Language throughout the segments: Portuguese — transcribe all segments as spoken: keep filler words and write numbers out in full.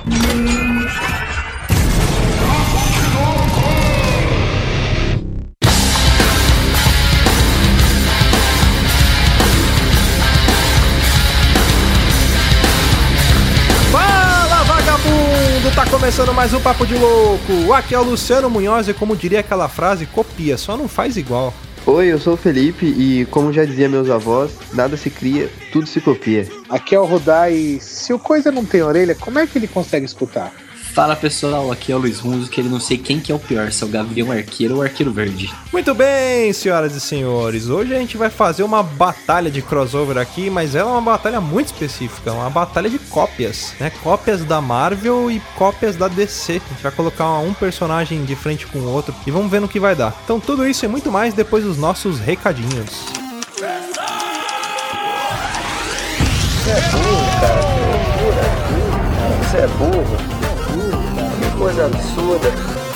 Tá começando mais um Papo de Louco. Aqui é o Luciano Munhoz e, como diria aquela frase, copia, só não faz igual. Oi, eu sou o Felipe e, como já dizia meus avós, nada se cria, tudo se copia. Aqui é o Rodar e se o Coisa não tem orelha, como é que ele consegue escutar? Fala pessoal, aqui é o Luiz Runzo, que ele não sei quem que é o pior, se é o Gavião Arqueiro ou o Arqueiro Verde. Muito bem, senhoras e senhores, hoje a gente vai fazer uma batalha de crossover aqui, mas ela é uma batalha muito específica, uma batalha de cópias, né? Cópias da Marvel e cópias da D C. A gente vai colocar um personagem de frente com o outro e vamos ver no que vai dar. Então tudo isso e muito mais depois dos nossos recadinhos. Você é burro, cara, que loucura. Você é burro. Que coisa absurda.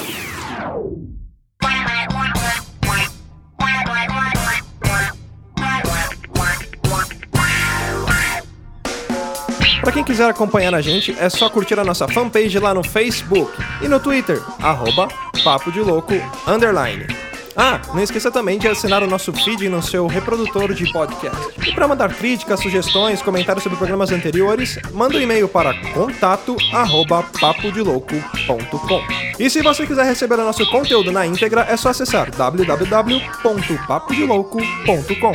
Pra quem quiser acompanhar a gente, é só curtir a nossa fanpage lá no Facebook e no Twitter, arroba Papo de Louco, underline. Ah, não esqueça também de assinar o nosso feed no seu reprodutor de podcast. E para mandar críticas, sugestões, comentários sobre programas anteriores, manda um e-mail para contato arroba papo de louco ponto com. E se você quiser receber o nosso conteúdo na íntegra, é só acessar w w w ponto papo de louco ponto com.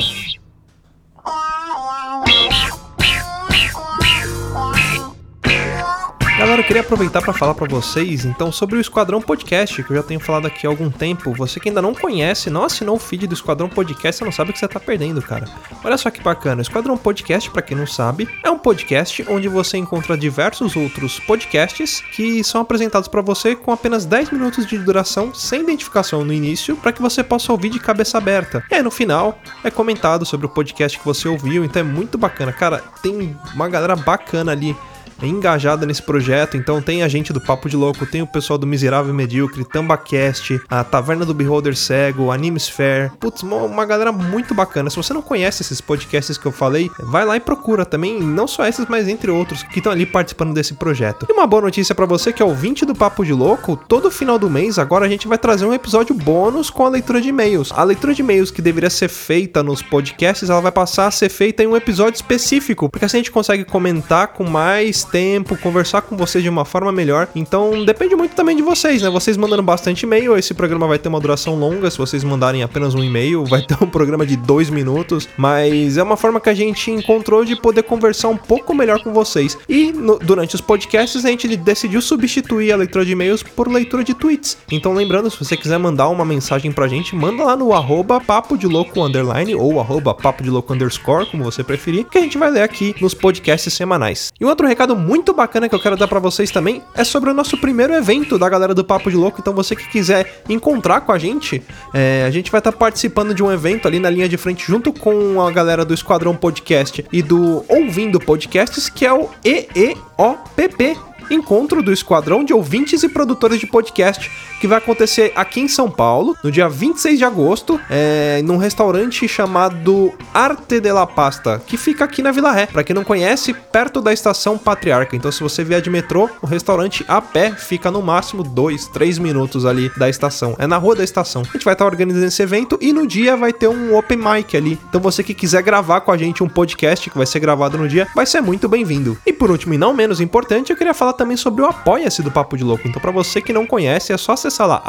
Galera, eu queria aproveitar para falar para vocês, então, sobre o Esquadrão Podcast, que eu já tenho falado aqui há algum tempo. Você que ainda não conhece, não assinou o feed do Esquadrão Podcast, você não sabe o que você tá perdendo, cara. Olha só que bacana, o Esquadrão Podcast, para quem não sabe, é um podcast onde você encontra diversos outros podcasts que são apresentados para você com apenas dez minutos de duração, sem identificação no início, para que você possa ouvir de cabeça aberta. E aí, no final, é comentado sobre o podcast que você ouviu, então é muito bacana. Cara, tem uma galera bacana ali engajada nesse projeto, então tem a gente do Papo de Louco, tem o pessoal do Miserável Medíocre, Tambacast, a Taverna do Beholder Cego, Animesphere, putz, uma galera muito bacana. Se você não conhece esses podcasts que eu falei, vai lá e procura também, não só esses, mas entre outros que estão ali participando desse projeto. E uma boa notícia pra você que é ouvinte do Papo de Louco, todo final do mês agora a gente vai trazer um episódio bônus com a leitura de e-mails. A leitura de e-mails que deveria ser feita nos podcasts, ela vai passar a ser feita em um episódio específico, porque assim a gente consegue comentar com mais tempo, conversar com vocês de uma forma melhor. Então depende muito também de vocês, né? Vocês mandando bastante e-mail, esse programa vai ter uma duração longa. Se vocês mandarem apenas um e-mail, vai ter um programa de dois minutos, mas é uma forma que a gente encontrou de poder conversar um pouco melhor com vocês. E no, durante os podcasts a gente decidiu substituir a leitura de e-mails por leitura de tweets. Então lembrando, se você quiser mandar uma mensagem pra gente, manda lá no arroba papo de louco underline ou arroba papo de louco underscore, como você preferir, que a gente vai ler aqui nos podcasts semanais. E um outro recado muito bacana que eu quero dar pra vocês também é sobre o nosso primeiro evento da galera do Papo de Louco. Então você que quiser encontrar com a gente, é, a gente vai estar tá participando de um evento ali na linha de frente junto com a galera do Esquadrão Podcast e do Ouvindo Podcasts, que é o E E O P P, Encontro do Esquadrão de Ouvintes e Produtores de Podcast, que vai acontecer aqui em São Paulo, no dia vinte e seis de agosto, é, num restaurante chamado Arte de la Pasta, que fica aqui na Vila Ré. Pra quem não conhece, perto da estação Patriarca. Então, se você vier de metrô, o restaurante a pé fica no máximo dois, três minutos ali da estação. É na rua da estação. A gente vai estar organizando esse evento e no dia vai ter um open mic ali. Então, você que quiser gravar com a gente um podcast que vai ser gravado no dia, vai ser muito bem-vindo. E por último e não menos importante, eu queria falar também sobre o Apoia-se do Papo de Louco. Então, pra você que não conhece, é só acessar lá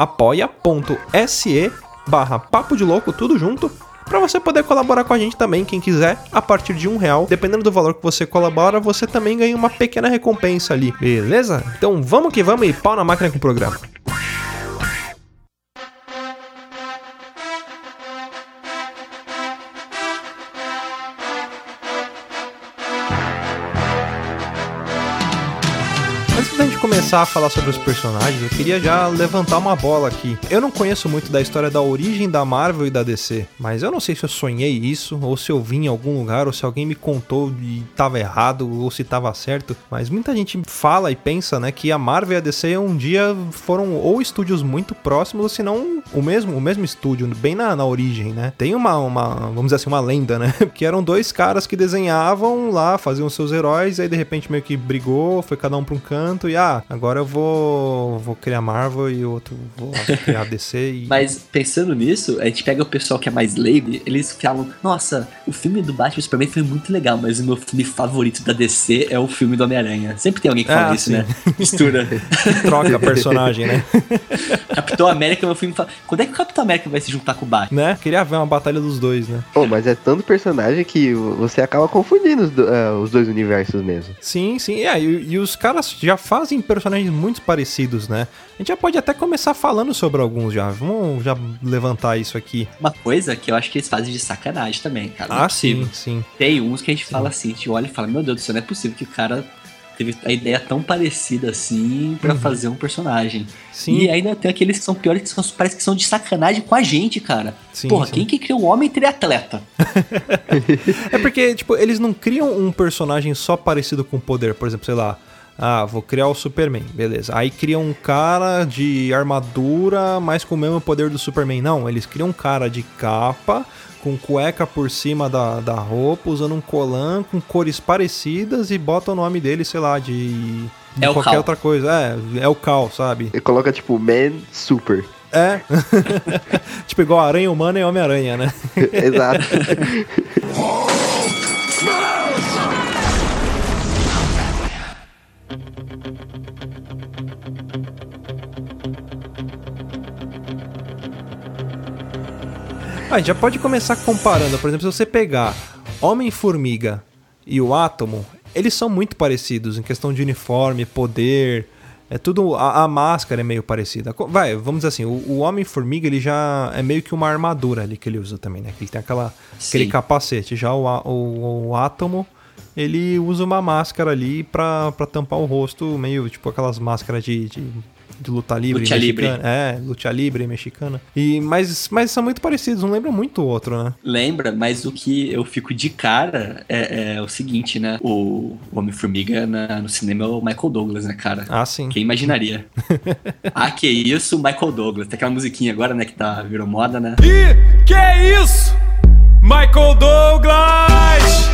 apoia.se barra Papo de Louco, tudo junto, pra você poder colaborar com a gente também, quem quiser, a partir de um real. Dependendo do valor que você colabora, você também ganha uma pequena recompensa ali, beleza? Então vamos que vamos e pau na máquina com o programa. Antes da gente começar a falar sobre os personagens, eu queria já levantar uma bola aqui. Eu não conheço muito da história da origem da Marvel e da D C, mas eu não sei se eu sonhei isso, ou se eu vi em algum lugar, ou se alguém me contou e tava errado, ou se tava certo, mas muita gente fala e pensa, né, que a Marvel e a D C um dia foram ou estúdios muito próximos, ou se não o mesmo, o mesmo estúdio, bem na, na origem, né? Tem uma, uma, vamos dizer assim, uma lenda, né? Que eram dois caras que desenhavam lá, faziam seus heróis, e aí de repente meio que brigou, foi cada um pra um canto, e ah, agora eu vou, vou criar Marvel e o outro vou criar D C. E... Mas pensando nisso, a gente pega o pessoal que é mais leigo, eles falam, nossa, o filme do Batman e Superman foi muito legal, mas o meu filme favorito da D C é o filme do Homem-Aranha. Sempre tem alguém que fala ah, isso, sim. né? Mistura. Troca personagem, né? Capitão América é meu filme favorito. Quando é que o Capitão América vai se juntar com o Batman? Né? Queria ver uma batalha dos dois, né? Pô, mas é tanto personagem que você acaba confundindo os, do, uh, os dois universos mesmo. Sim, sim. É, e, e os caras já fazem personagens muito parecidos, né? A gente já pode até começar falando sobre alguns já. Vamos já levantar isso aqui. Uma coisa que eu acho que eles fazem de sacanagem também, cara. Não Ah, é possível. sim, sim. Tem uns que a gente Sim. fala assim, a gente olha e fala, meu Deus do céu, não é possível que o cara teve a ideia tão parecida assim pra Uhum. fazer um personagem. Sim. E ainda tem aqueles que são piores, que são, parece que são de sacanagem com a gente, cara. Sim, Porra, sim. quem que criou um homem triatleta? É porque, tipo, eles não criam um personagem só parecido com o poder. Por exemplo, sei lá, ah, vou criar o Superman, beleza. Aí criam um cara de armadura, mas com o mesmo poder do Superman. Não, eles criam um cara de capa, com cueca por cima da, da roupa, usando um colã com cores parecidas e botam o nome dele, sei lá, de, de É o qualquer Cal. outra coisa. É, é o Cal, sabe? Ele coloca tipo Man Super. É. Tipo, igual Aranha Humana e Homem-Aranha, né? Exato. Ah, já pode começar comparando. Por exemplo, se você pegar Homem-Formiga e o Átomo, eles são muito parecidos em questão de uniforme, poder. É tudo. A, a máscara é meio parecida. Vai, vamos dizer assim, o, o Homem-Formiga ele já é meio que uma armadura ali que ele usa também, né? Ele tem aquela, aquele capacete. Já o, o, o Átomo, ele usa uma máscara ali pra, pra tampar o rosto, meio tipo aquelas máscaras de. de de luta livre, luta livre. É, luta livre mexicana. E, mas, mas são muito parecidos, não lembra muito o outro, né? Lembra, mas o que eu fico de cara é, é o seguinte, né? O, o Homem-Formiga na- no cinema é o Michael Douglas, né, cara? Ah, sim. Quem imaginaria? Ah, que isso, Michael Douglas. Tem aquela musiquinha agora, né, que tá, virou moda, né? E que é isso? Michael Douglas!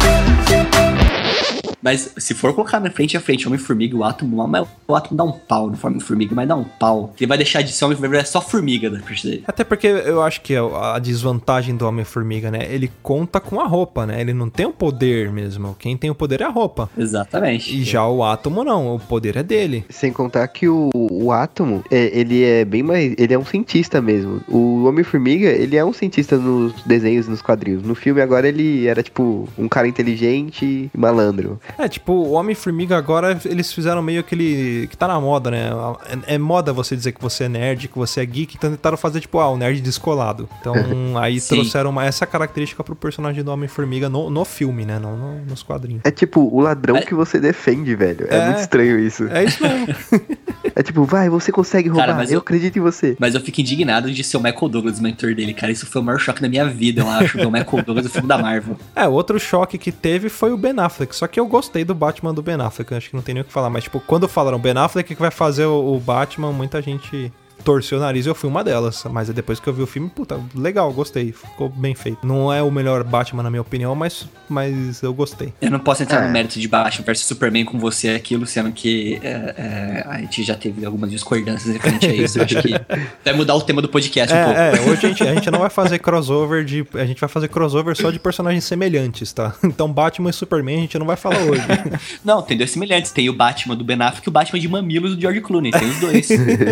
Mas se for colocar na frente a frente Homem-Formiga e o Átomo, lá, mas o Átomo dá um pau no Homem-Formiga, mas dá um pau. Ele vai deixar de ser Homem-Formiga, é só formiga da parte dele. Até porque eu acho que a desvantagem do Homem-Formiga, né? Ele conta com a roupa, né? Ele não tem o poder mesmo. Quem tem o poder é a roupa. Exatamente. E já o Átomo não, o poder é dele. Sem contar que o, o Átomo, é, ele é bem mais... Ele é um cientista mesmo. O Homem-Formiga, ele é um cientista nos desenhos e nos quadrinhos. No filme, agora, ele era, tipo, um cara inteligente e malandro. É, tipo, o Homem-Formiga agora, eles fizeram meio aquele... que tá na moda, né? É, é moda você dizer que você é nerd, que você é geek, então tentaram fazer, tipo, ah, o nerd descolado. Então, aí Sim. trouxeram uma, essa característica pro personagem do Homem-Formiga no, no filme, né? Não no- nos quadrinhos. É tipo, o ladrão É- que você defende, velho. É, É. muito estranho isso. É isso mesmo. É tipo, vai, você consegue roubar, Cara, mas eu eu- acredito em você. Mas eu fico indignado de ser o Michael Douglas, o mentor dele, cara. Isso foi o maior choque da minha vida, eu acho. Ver o Michael Douglas no filme da Marvel. É, outro choque que teve foi o Ben Affleck. Só que eu gostei do Batman do Ben Affleck. Eu acho que não tem nem o que falar. Mas, tipo, quando falaram Ben Affleck que vai fazer o, o Batman, muita gente torceu o nariz e eu fui uma delas. Mas depois que eu vi o filme, puta, legal, gostei. Ficou bem feito. Não é o melhor Batman, na minha opinião, mas, mas eu gostei. Eu não posso entrar É. no mérito de Batman versus Superman com você aqui, Luciano, que é, é, a gente já teve algumas discordâncias referente a isso. Eu acho que vai mudar o tema do podcast um pouco. É, é, hoje a gente, a gente não vai fazer crossover de. A gente vai fazer crossover só de personagens semelhantes, tá? Então Batman e Superman a gente não vai falar hoje. Não, tem dois semelhantes. Tem o Batman do Ben Affleck e o Batman de mamilos do George Clooney. Tem os dois.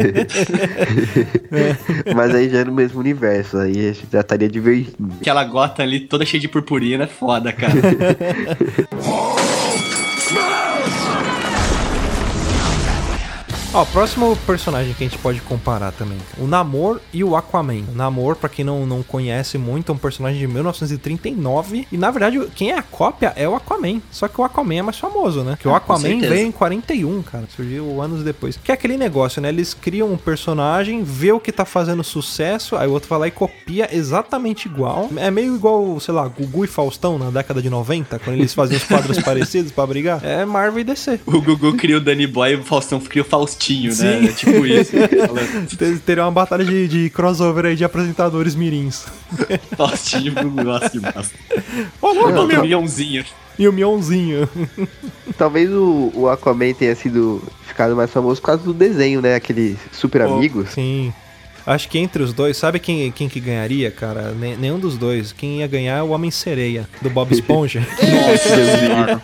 Mas aí já é no mesmo universo, aí a gente já estaria divergindo. Aquela gota ali toda cheia de purpurina é foda, cara. Ó, próximo personagem que a gente pode comparar também. O Namor e o Aquaman. O Namor, pra quem não, não conhece muito, é um personagem de mil novecentos e trinta e nove. E, na verdade, quem é a cópia é o Aquaman. Só que o Aquaman é mais famoso, né? Que o Ah, com Aquaman certeza. veio em quarenta e um, cara. Surgiu anos depois. Que é aquele negócio, né? Eles criam um personagem, vê o que tá fazendo sucesso, aí o outro vai lá e copia exatamente igual. É meio igual, sei lá, Gugu e Faustão na década de noventa, quando eles faziam os quadros parecidos pra brigar. É Marvel e D C. O Gugu cria o Danny Boy e o Faustão cria o Faustinho. Faustinho, Sim. né? É tipo isso. Teria uma batalha de, de crossover aí de apresentadores mirins. Faustinho, nossa, que massa. Ô, louco, Botou meu! um milhãozinho. E o Mionzinho. Talvez o, o Aquaman tenha sido ficado mais famoso por causa do desenho, né? Aquele Super Oh, Amigos. Sim. Acho que entre os dois, sabe quem, quem que ganharia, cara? Ne- nenhum dos dois. Quem ia ganhar é o Homem-Sereia, do Bob Esponja. Nossa senhora.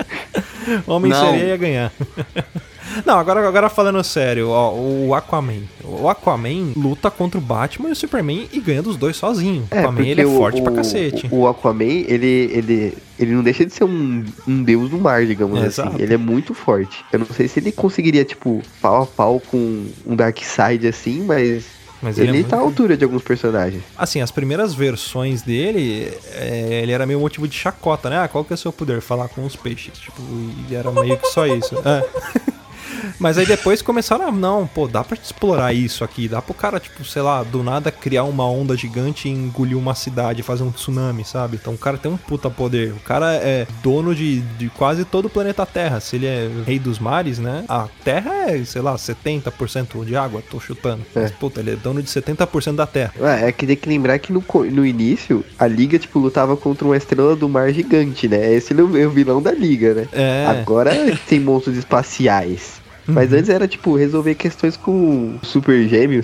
O Homem-Sereia Não. ia ganhar. Não, agora, agora falando sério, ó, o Aquaman. O Aquaman luta contra o Batman e o Superman e ganha dos dois sozinho. O É, Aquaman, porque ele é o- forte o, pra cacete. O, o Aquaman, ele, ele, ele não deixa de ser um, um deus do mar, digamos Exato. assim. Ele é muito forte. Eu não sei se ele conseguiria, tipo, pau a pau com um Darkseid assim, mas, Mas ele, ele é tá à muito- altura de alguns personagens. Assim, as primeiras versões dele, é, ele era meio motivo de chacota, né? Ah, qual que é o seu poder? Falar com os peixes. Tipo, e era meio que só isso. É. Mas aí depois começaram a, não, pô, dá pra explorar isso aqui, dá pro cara, tipo, sei lá, do nada criar uma onda gigante e engolir uma cidade, fazer um tsunami, sabe? Então o cara tem um puta poder, o cara é dono de, de quase todo o planeta Terra, se ele é rei dos mares, né? A Terra é, sei lá, setenta por cento de água, tô chutando. É. Mas, puta, ele é dono de setenta por cento da Terra. É, é que tem que lembrar que no, co- no início, a Liga, tipo, lutava contra uma estrela do mar gigante, né? Esse é o vilão da Liga, né? É. Agora tem monstros espaciais. Mas Uhum. antes era, tipo, resolver questões com super gêmeos.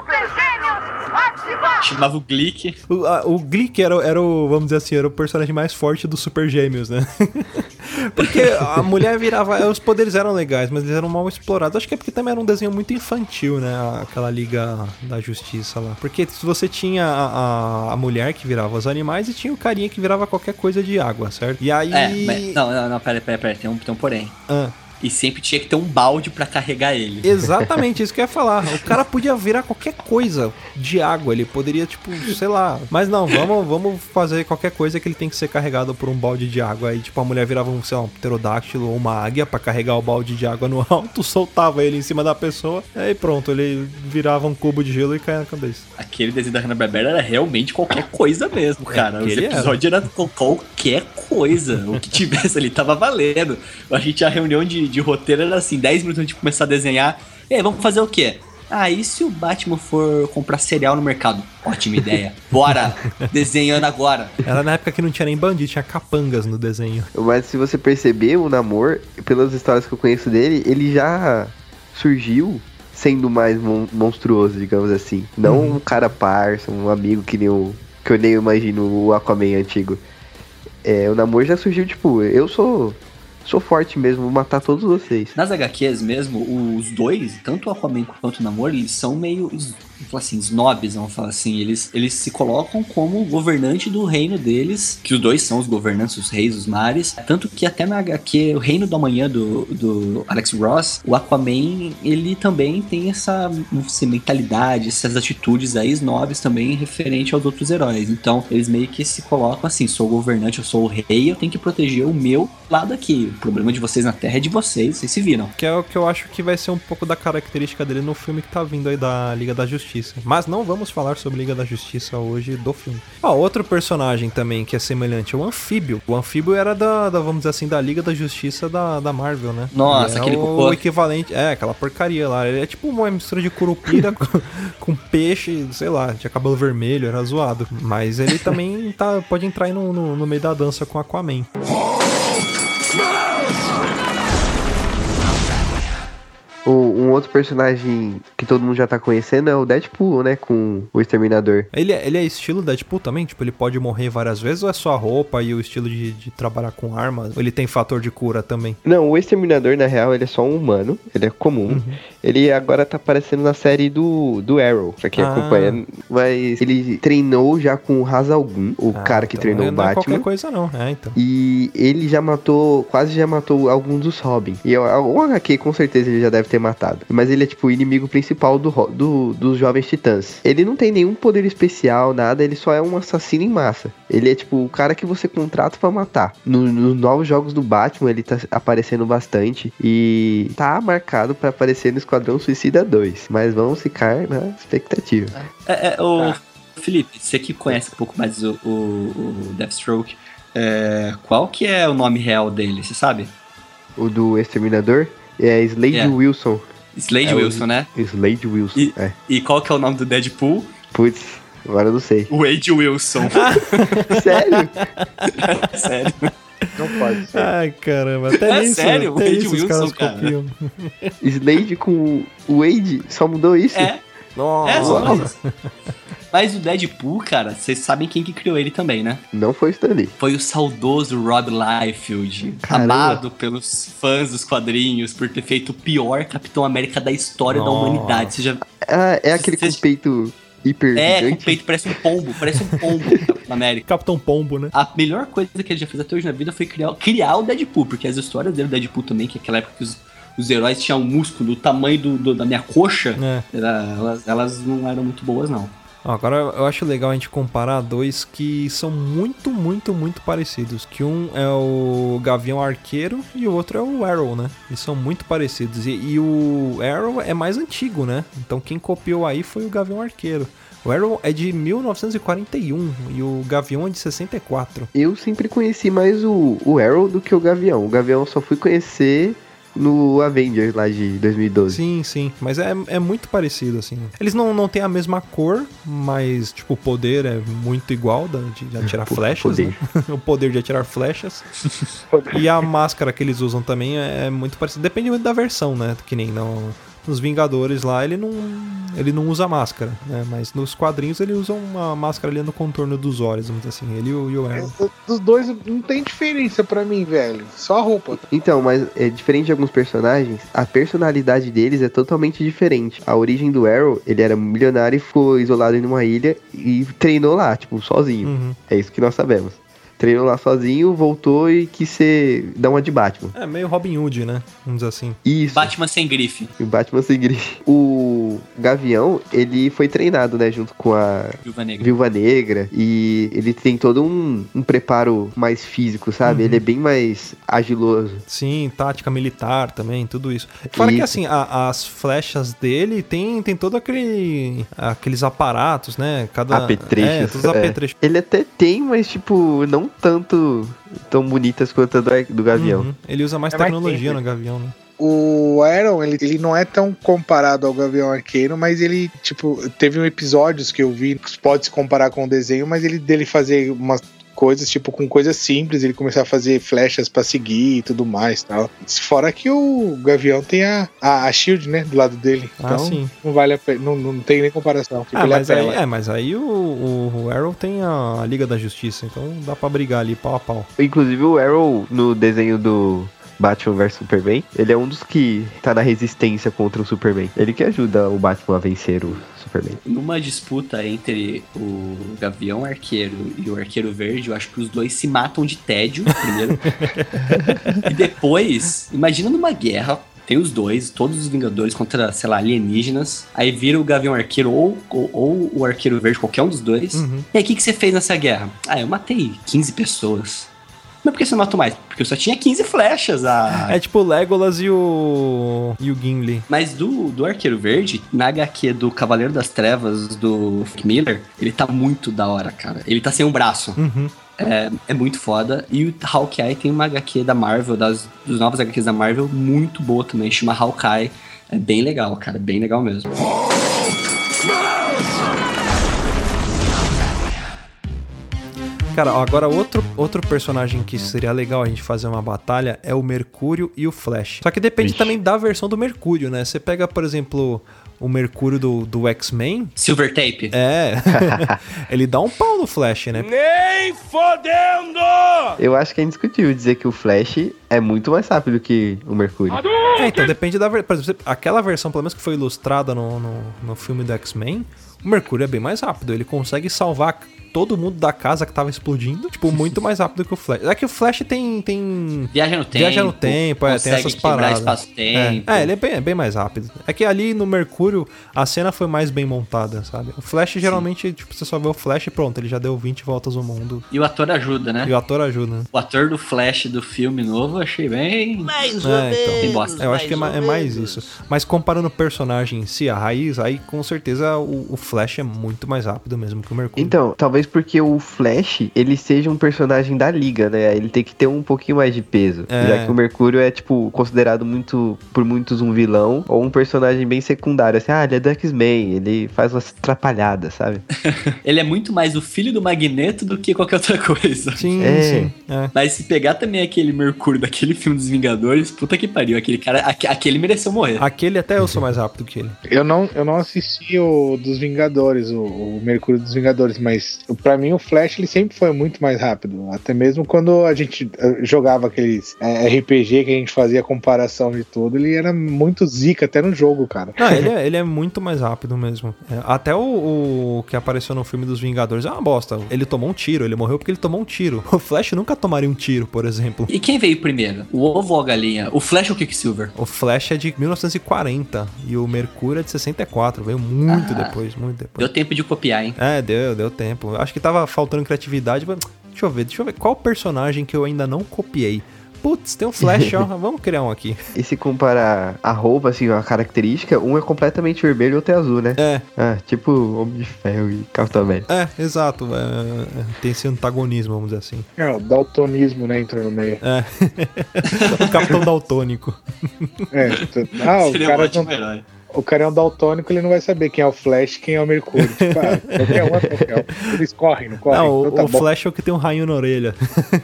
Chamava o Glick. O, a- o Glick era, era o, vamos dizer assim, era o personagem mais forte dos Super Gêmeos, né? Porque a mulher virava... Os poderes eram legais, mas eles eram mal explorados. Acho que é porque também era um desenho muito infantil, né? Aquela Liga da Justiça lá. Porque se você tinha a, a, a mulher que virava os animais e tinha o carinha que virava qualquer coisa de água, certo? E aí... É, mas, não, não, não, pera, pera, pera, tem um, tem um porém. Ah, E sempre tinha que ter um balde pra carregar ele. exatamente, isso que eu ia falar. O cara podia virar qualquer coisa de água. Ele poderia, tipo, sei lá. Mas não, vamos, vamos fazer qualquer coisa que ele tem que ser carregado por um balde de água. Aí, tipo, a mulher virava um, sei lá, um pterodáctilo ou uma águia pra carregar o balde de água no alto, soltava ele em cima da pessoa. Aí pronto, ele virava um cubo de gelo e caía na cabeça. Aquele desenho da Hanna-Barbera era realmente qualquer coisa mesmo, cara. Os aquele episódios eram era qualquer coisa. O que tivesse ali tava valendo. A gente, a reunião de, de roteiro era assim, dez minutos antes de começar a desenhar. E aí, vamos fazer o quê? Ah, e se o Batman for comprar cereal no mercado? Ótima ideia. Bora! Desenhando agora. Era na época que não tinha nem bandido, tinha capangas no desenho. Mas se você perceber, o Namor, pelas histórias que eu conheço dele, ele já surgiu sendo mais mon- monstruoso, digamos assim. Não Uhum. um cara parça, um amigo que nem o... que eu nem imagino o Aquaman antigo. É, o Namor já surgiu, tipo, eu sou... sou forte mesmo, vou matar todos vocês. Nas H Qs mesmo, os dois, tanto o Aquaman quanto o Namor, eles são meio, vamos falar assim, snobs, vamos falar assim. Eles, eles se colocam como governante do reino deles, que os dois são os governantes, os reis dos mares. Tanto que até na H Q, o Reino do Amanhã do, do Alex Ross, o Aquaman, ele também tem essa, não sei, mentalidade, essas atitudes aí snobs também referente aos outros heróis. Então, eles meio que se colocam assim, sou o governante, eu sou o rei, eu tenho que proteger o meu lado aqui. O problema de vocês na Terra é de vocês, vocês se viram. Que é o que eu acho que vai ser um pouco da característica dele no filme que tá vindo aí da Liga da Justiça. Mas não vamos falar sobre Liga da Justiça hoje do filme. Ó, outro personagem também que é semelhante, o Anfíbio. O Anfíbio era da, da, vamos dizer assim, da Liga da Justiça da, da Marvel, né? Nossa, E é aquele o cocô. equivalente, é, aquela porcaria lá. Ele é tipo uma mistura de curupira com, com peixe, sei lá, tinha cabelo vermelho, era zoado. Mas ele também tá, pode entrar aí no, no, no meio da dança com Aquaman. O, um outro personagem que todo mundo já tá conhecendo é o Deadpool, né? Com o Exterminador. Ele, é- ele é estilo Deadpool também? Tipo, ele pode morrer várias vezes ou é só a roupa e o estilo de, de trabalhar com armas? Ou ele tem fator de cura também? Não, o Exterminador, na real, ele é só um humano. Ele é comum. Ele agora tá aparecendo na série do, do Arrow, pra quem Ah. acompanha. Mas ele treinou já com o Ra's al Ghul, o Ah, cara que então treinou o não é qualquer Batman. coisa não, é então. E ele já matou, quase já matou alguns dos Robin. E o H Q com certeza ele já deve ter matado. Mas ele é tipo o inimigo principal do, Ro- do, dos Jovens Titãs. Ele não tem nenhum poder especial, nada, ele só é um assassino em massa. Ele é tipo o cara que você contrata pra matar. No- nos novos jogos do Batman ele tá aparecendo bastante. E tá marcado pra aparecer no Esquadrão Suicida dois. Mas vamos ficar na expectativa. É, é, o Felipe, você que conhece um pouco mais o, o, o Deathstroke, é, qual que é o nome real dele, você sabe? O do Exterminador é Slade É. Wilson. Slade É o- Wilson, né? Slade Wilson, E, é. e qual que é o nome do Deadpool? Putz, agora eu não sei. Wade Wilson. Sério? Sério. Não pode ser. Ai, caramba, até É isso, sério? até Wade isso os Wilson, caras cara. copiam. Slade com o Wade, só mudou isso? É, Nossa. é só isso. Mas o Deadpool, cara, vocês sabem quem que criou ele também, né? Não foi o Stanley. Foi o saudoso Rob Liefeld, Caramba. amado pelos fãs dos quadrinhos por ter feito o pior Capitão América da história da Nossa. humanidade. Você já... Ah, é aquele Cê- com peito hiper É, com gigante? o peito, parece um pombo, parece um pombo, Capitão América. Capitão Pombo, né? A melhor coisa que ele já fez até hoje na vida foi criar, criar o Deadpool, porque as histórias dele, o Deadpool também, que é aquela época que os, os heróis tinham um músculo do tamanho do, do- da minha coxa, É. era- elas, elas não eram muito boas, não. Ó, agora eu acho legal a gente comparar dois que são muito, muito, muito parecidos. Que um é o Gavião Arqueiro e o outro é o Arrow, né? Eles são muito parecidos. E, e o Arrow é mais antigo, né? Então quem copiou aí foi o Gavião Arqueiro. O Arrow é de mil novecentos e quarenta e um e o Gavião é de sessenta e quatro. Eu sempre conheci mais o, o Arrow do que o Gavião. O Gavião eu só fui conhecer no Avengers lá de dois mil e doze. Sim, sim, mas é, é muito parecido, assim. Eles não, não têm a mesma cor, mas, tipo, o poder é muito igual da, de, de atirar O flechas, poder. né? O poder de atirar flechas. E a máscara que eles usam também é muito parecida. Depende muito da versão, né? Que nem no, nos Vingadores lá, ele não, ele não usa máscara, né? Mas nos quadrinhos ele usa uma máscara ali no contorno dos olhos, vamos dizer assim. Ele e o, e o Arrow. Dos dois não tem diferença pra mim, velho. Só a roupa. Então, mas é diferente de alguns personagens, a personalidade deles é totalmente diferente. A origem do Arrow, ele era milionário e ficou isolado em uma ilha e treinou lá, tipo, sozinho. Uhum. É isso que nós sabemos. Treinou lá sozinho, voltou e quis ser, dar uma de Batman. É meio Robin Hood, né? Vamos dizer assim. Isso. Batman sem grife, O Batman sem grife. O Gavião, ele foi treinado, né, junto com a Viúva Negra. Viúva Negra. E ele tem todo um, um preparo mais físico, sabe? Uhum. Ele é bem mais agiloso. Sim, tática militar também, tudo isso. Fora que Isso. assim, a- as flechas dele tem, tem todo aquele aqueles aparatos, né? Cada Apetrechos. É, todos os é. apetrechos. Ele até tem, mas tipo, não tanto tão bonitas quanto a do, do Gavião. Uhum. Ele usa mais É mais tecnologia simples. no Gavião, né? O Aaron, ele, ele não é tão comparado ao Gavião Arqueiro, mas ele, tipo, teve um episódios que eu vi que pode se comparar com o desenho, mas ele dele fazer umas coisas, tipo, com coisas simples, ele começar a fazer flechas pra seguir e tudo mais, tal. Fora que o Gavião tem a, a, a Shield, né, do lado dele. Ah, Então, sim. não vale a pena, não, não tem nem comparação. Tipo, Ah, ele mas aí, apela. é, mas aí o, o, o Arrow tem a, a Liga da Justiça, então dá pra brigar ali pau a pau. Inclusive o Arrow, no desenho do Batman versus Superman, ele é um dos que tá na resistência contra o Superman. Ele que ajuda o Batman a vencer o Superman. Numa disputa entre o Gavião Arqueiro e o Arqueiro Verde, eu acho que os dois se matam de tédio, primeiro. E depois, imagina numa guerra, tem os dois, todos os Vingadores contra, sei lá, alienígenas. Aí vira o Gavião Arqueiro ou, ou, ou o Arqueiro Verde, qualquer um dos dois. Uhum. E aí, o que, que você fez nessa guerra? Ah, eu matei quinze pessoas. Mas por que você não matou mais? Porque eu só tinha quinze flechas. Ah. É tipo o Legolas e o. e o Gimli. Mas do, do Arqueiro Verde, na H Q do Cavaleiro das Trevas, do Frank Miller, ele tá muito da hora, cara. Ele tá sem um braço. Uhum. É, é muito foda. E o Hawkeye tem uma H Q da Marvel, das, dos novos H Qs da Marvel, muito boa também. Chama Hawkeye. É bem legal, cara. Bem legal mesmo. Cara, ó, agora outro, outro personagem que seria legal a gente fazer uma batalha é o Mercúrio e o Flash. Só que depende Vixe. também da versão do Mercúrio, né? Você pega, por exemplo, o Mercúrio do, do X-Men. Silver Tape. É. Ele dá um pau no Flash, né? Nem fodendo! Eu acho que é indiscutível dizer que o Flash é muito mais rápido que o Mercúrio. É, então depende da versão. Por exemplo, aquela versão, pelo menos que foi ilustrada no, no, no filme do X-Men, o Mercúrio é bem mais rápido. Ele consegue salvar todo mundo da casa que tava explodindo, tipo, muito mais rápido que o Flash. É que o Flash tem... tem... Viaja no tempo. Viaja no tempo, é, tem consegue essas quebrar paradas. espaço-tempo. É, é, ele é bem, é bem mais rápido. É que ali no Mercúrio, a cena foi mais bem montada, sabe? O Flash, geralmente, tipo, você só vê o Flash e pronto, ele já deu vinte voltas ao mundo. E o ator ajuda, né? E o ator ajuda, né? O ator do Flash do filme novo, eu achei bem... Mais É, ou então. Tem menos. bosta. Eu acho que é, ma- é ou mais menos. isso. Mas comparando o personagem em si, a raiz, aí com certeza o, o Flash é muito mais rápido mesmo que o Mercúrio. Então, talvez talvez porque o Flash, ele seja um personagem da Liga, né? Ele tem que ter um pouquinho mais de peso. É. Já que o Mercúrio é, tipo, considerado muito, por muitos um vilão, ou um personagem bem secundário. Assim, ah, ele é do X-Men, ele faz umas atrapalhadas, sabe? Ele é muito mais o filho do Magneto do que qualquer outra coisa. Sim, É. sim. É. Mas se pegar também aquele Mercúrio daquele filme dos Vingadores, puta que pariu, aquele cara, aque- aquele mereceu morrer. Aquele até eu sou mais rápido que ele. Eu não, eu não assisti o dos Vingadores, o, o Mercúrio dos Vingadores, mas pra mim o Flash ele sempre foi muito mais rápido. Até mesmo quando a gente eh, jogava aqueles eh, R P G que a gente fazia a comparação de tudo, ele era muito zica até no jogo, cara. Não, ele é, ele é muito mais rápido mesmo. É, até o, o que apareceu no filme dos Vingadores é uma bosta. Ele tomou um tiro, ele morreu porque ele tomou um tiro. O Flash nunca tomaria um tiro, por exemplo. E quem veio primeiro? O ovo ou a galinha? O Flash ou o Quicksilver? O Flash é de mil novecentos e quarenta e o Mercúrio é de sessenta e quatro. Veio muito Ah. depois, muito depois. Deu tempo de copiar, hein? É, deu, deu tempo. Acho que tava faltando criatividade. Mas, deixa eu ver, deixa eu ver. Qual personagem que eu ainda não copiei? Putz, tem um Flash, ó. Vamos criar um aqui. E se comparar a roupa, assim, a característica, um é completamente vermelho e outro é azul, né? É, Ah, tipo Homem de Ferro e Capitão América. é, exato. É, é, tem esse antagonismo, vamos dizer assim. É, o daltonismo, né, entrou no meio. É. O Capitão Daltônico. É, tu- ah, o Seria um cara, ótimo não, herói. o cara é um daltônico, ele não vai saber quem é o Flash e quem é o Mercúrio. Tipo, ah, qualquer um é qualquer um. Eles correm, não correm? Não, o, Então tá o bom. Flash é o que tem um rainho na orelha.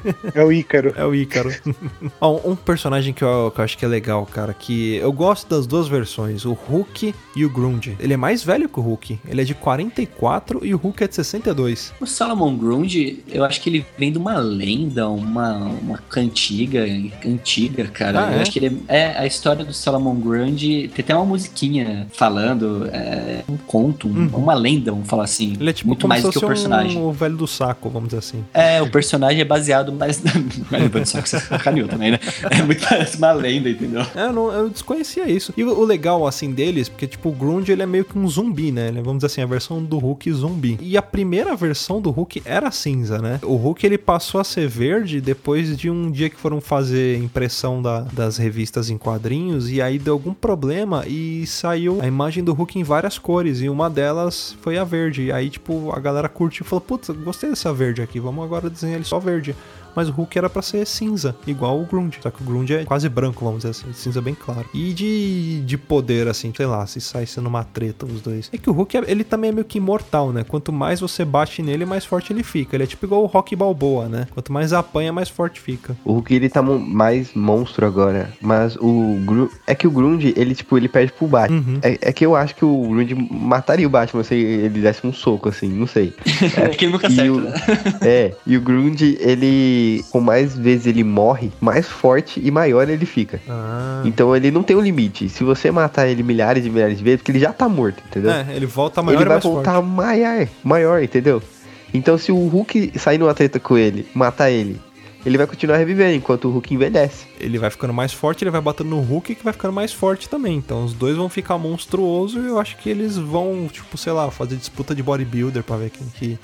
É o Ícaro. É o Ícaro. Ó, um personagem que eu, que eu acho que é legal, cara, que eu gosto das duas versões, o Hulk e o Grundy. Ele é mais velho que o Hulk. Ele é de quarenta e quatro e o Hulk é de sessenta e dois. O Solomon Grundy, eu acho que ele vem de uma lenda, uma, uma cantiga, antiga, cara. Ah, eu é? acho que ele é, é a história do Solomon Grundy. Tem até uma musiquinha falando, é, um conto, um- uma lenda, vamos falar assim. Ele é tipo muito como mais se do que fosse o personagem. um, o velho do saco, vamos dizer assim. É, o personagem é baseado mais. Mas só que você sacaneou também, né? É muito parece uma lenda, entendeu? É, eu, não, eu desconhecia isso. E o, o legal, assim, deles, porque, tipo, o Grundy, ele é meio que um zumbi, né? Ele é, vamos dizer assim, a versão do Hulk zumbi. E a primeira versão do Hulk era cinza, né? O Hulk, ele passou a ser verde depois de um dia que foram fazer impressão da- das revistas em quadrinhos, e aí deu algum problema e saiu a imagem do Hulk em várias cores, e uma delas foi a verde. E aí, tipo, a galera curtiu e falou, putz, gostei dessa verde aqui, vamos agora desenhar ele só verde. Mas o Hulk era pra ser cinza, igual o Grundy. Só que o Grundy é quase branco, vamos dizer assim, cinza bem claro. E de, de poder, assim, sei lá, se saísse numa treta os dois. É que o Hulk, é- ele também é meio que imortal, né? Quanto mais você bate nele, mais forte ele fica. Ele é tipo igual o Rocky Balboa, né? Quanto mais apanha, mais forte fica. O Hulk, ele tá mon- mais monstro agora. Mas o Gru... É que o Grundy, ele, tipo, ele perde pro Batman. Uhum. É, é que eu acho que o Grundy mataria o Batman se ele desse um soco, assim, não sei. É que ele nunca E acerta, o- né? É, e o Grundy, ele... Com mais vezes ele morre, mais forte e maior ele fica. Ah. Então ele não tem um limite. Se você matar ele milhares e milhares de vezes, porque ele já tá morto, entendeu? É, ele volta maior ele e vai mais voltar forte. maior, maior, entendeu? Então se o Hulk sair numa treta com ele, matar ele, ele vai continuar revivendo enquanto o Hulk envelhece. Ele vai ficando mais forte, ele vai batendo no Hulk, que vai ficando mais forte também. Então os dois vão ficar monstruosos e eu acho que eles vão, tipo, sei lá, fazer disputa de bodybuilder pra ver quem que...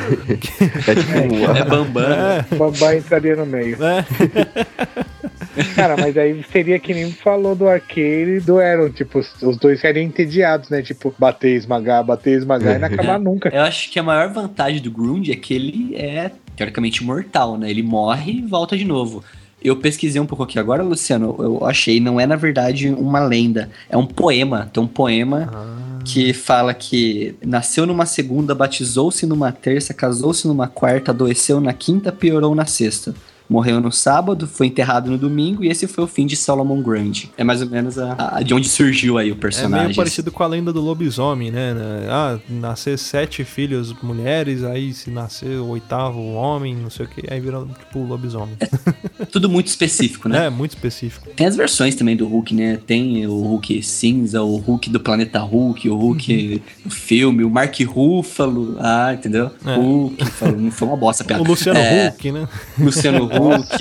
É tipo... É Bambam. né? É, Bambam entraria no meio. é. Cara, mas aí seria que nem falou do Arcade e do Aaron. Tipo, os, os dois seriam entediados, né? Tipo, bater, esmagar, bater, esmagar e não acabar nunca. Eu acho que a maior vantagem do Grundy é que ele é, teoricamente, mortal, né? Ele morre e volta de novo. Eu pesquisei um pouco aqui agora, Luciano, eu achei, não é na verdade uma lenda, é um poema. Tem um poema que fala que nasceu numa segunda, batizou-se numa terça, casou-se numa quarta, adoeceu na quinta, piorou na sexta. Morreu no sábado, foi enterrado no domingo e esse foi o fim de Solomon Grundy. É mais ou menos a, a- de onde surgiu aí o É personagem. meio parecido com a lenda do lobisomem, né? Ah, nascer sete filhos mulheres, aí se nascer o oitavo homem, não sei o que, aí vira tipo lobisomem. Tudo muito específico, né? É, muito específico. Tem as versões também do Hulk, né? Tem o Hulk cinza, o Hulk do planeta Hulk, o Hulk do filme, o Mark Ruffalo. Ah, entendeu? É. Hulk, falou- foi uma bosta a piada. O Luciano É, Huck, né? Luciano Hulk,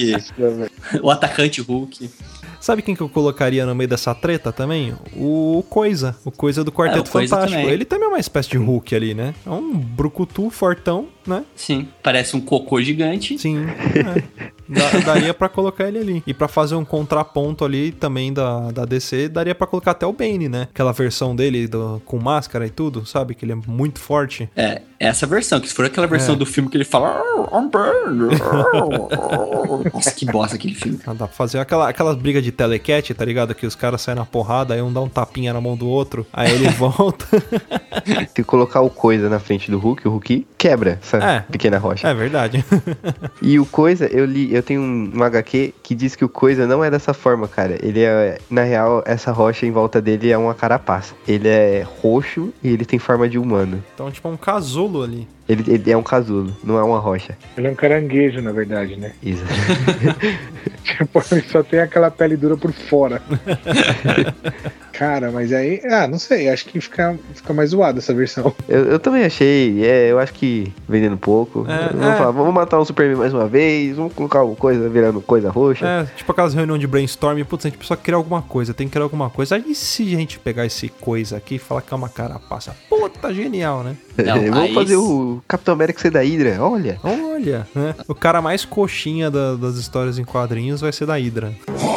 o atacante Hulk. Sabe quem que eu colocaria no meio dessa treta também? O Coisa. O Coisa do Quarteto É, o Coisa Fantástico. também. Ele também é uma espécie de Hulk ali, né? É um brucutu fortão, né? Sim, parece um cocô gigante. Sim. É. Da, daria pra colocar ele ali. E pra fazer um contraponto ali também da, da D C, daria pra colocar até o Bane, né? Aquela versão dele do, com máscara e tudo, sabe? Que ele é muito forte. É, essa versão, que se for aquela versão É. do filme que ele fala "Oh, I'm Bane". Nossa, que bosta aquele filme. Ah, dá pra fazer aquela, aquelas brigas de telecat, tá ligado? Que os caras saem na porrada, aí um dá um tapinha na mão do outro, aí ele volta. Se colocar o Coisa na frente do Hulk, o Hulk quebra essa É. pequena rocha. É verdade. E o Coisa, eu li, eu tenho um, um agá quê que diz que o Coisa não é dessa forma, cara. Ele é, na real, essa rocha em volta dele é uma carapaça. Ele é roxo e ele tem forma de humano. Então, tipo, um casulo ali. Ele, ele é um casulo, não é uma rocha. Ele é um caranguejo, na verdade, né? Isso. Tipo, ele só tem aquela pele dura por fora. Cara, mas aí... Ah, não sei, acho que fica, fica mais zoada essa versão. Eu, eu também achei, é, eu acho que vendendo pouco. É, vamos, é. falar, vamos matar o Superman mais uma vez, vamos colocar alguma coisa virando coisa roxa. É, tipo aquelas reuniões de brainstorm, putz, a gente precisa criar alguma coisa, tem que criar alguma coisa. Aí se a gente pegar esse coisa aqui e falar que é uma carapaça, puta, genial, né? Não, vamos aí fazer s- o Capitão América ser da Hydra, olha. Olha, né? O cara mais coxinha da- das histórias em quadrinhos vai ser da Hydra.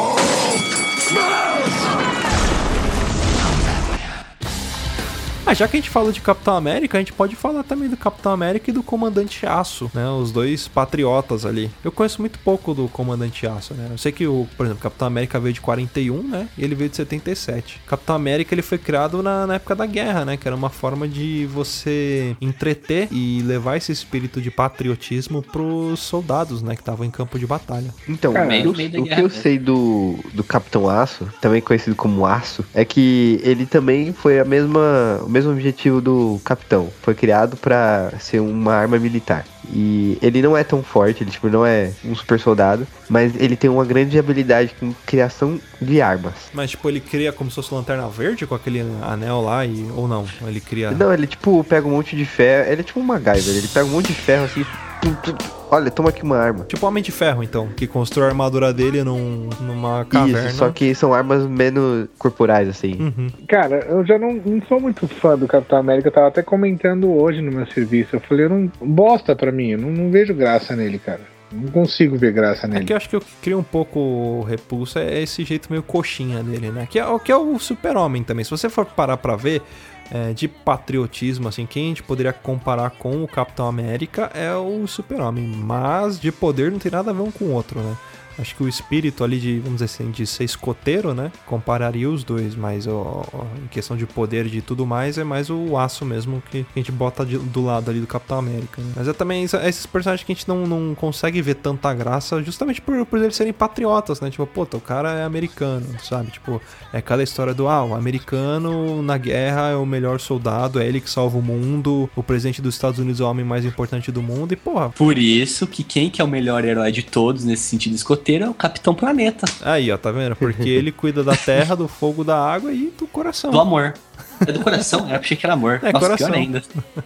Ah, já que a gente falou de Capitão América, a gente pode falar também do Capitão América e do Comandante Aço, né? Os dois patriotas ali. Eu conheço muito pouco do Comandante Aço, né? Eu sei que, o, por exemplo, Capitão América veio de quarenta e um, né? E ele veio de setenta e sete. Capitão América, ele foi criado na, na época da guerra, né? Que era uma forma de você entreter e levar esse espírito de patriotismo pros soldados, né? Que estavam em campo de batalha. Então, Cara, o, meio- que meio da eu, o que guerra, eu né? sei do, do Capitão Aço, também conhecido como Aço, é que ele também foi a mesma, o mesmo objetivo do Capitão. Foi criado pra ser uma arma militar. E ele não é tão forte, ele tipo, não é um super soldado, mas ele tem uma grande habilidade com criação de armas. Mas, tipo, ele cria como se fosse lanterna verde com aquele anel lá, e, ou não? Ele cria... Não, ele tipo pega um monte de ferro, ele é tipo um MacGyver, ele pega um monte de ferro assim, tum, tum, olha, toma aqui uma arma. Tipo o Homem de Ferro, então, que constrói a armadura dele num, numa caverna. Isso, só que são armas menos corporais, assim. Uhum. Cara, eu já não, não sou muito fã do Capitão América. Eu tava até comentando hoje no meu serviço. Eu falei, eu não... Bosta pra mim, eu não, não vejo graça nele, cara. Não consigo ver graça É nele. que eu acho que o que cria um pouco repulsa é esse jeito meio coxinha dele, né? Que é, o- que é o super-homem também. Se você for parar pra ver, é, de patriotismo, assim, quem a gente poderia comparar com o Capitão América é o super-homem. Mas de poder não tem nada a ver um com o outro, né? Acho que o espírito ali de, vamos dizer assim, de ser escoteiro, né? Compararia os dois, mas ó, ó, em questão de poder e de tudo mais, é mais o Aço mesmo que a gente bota de- do lado ali do Capitão América, né? Mas é também essa- esses personagens que a gente não, não consegue ver tanta graça justamente por, por eles serem patriotas, né? Tipo, puta, o cara é americano, sabe? Tipo, é aquela história do, ah, o americano na guerra é o melhor soldado, é ele que salva o mundo, o presidente dos Estados Unidos é o homem mais importante do mundo, e porra, Por isso que quem que é o melhor herói de todos nesse sentido escoteiro é o Capitão Planeta. aí ó, tá vendo? Porque ele cuida da terra, do fogo, da água e do coração. Do amor. É do coração? Eu achei que era amor. É, Nossa, coração. pior ainda.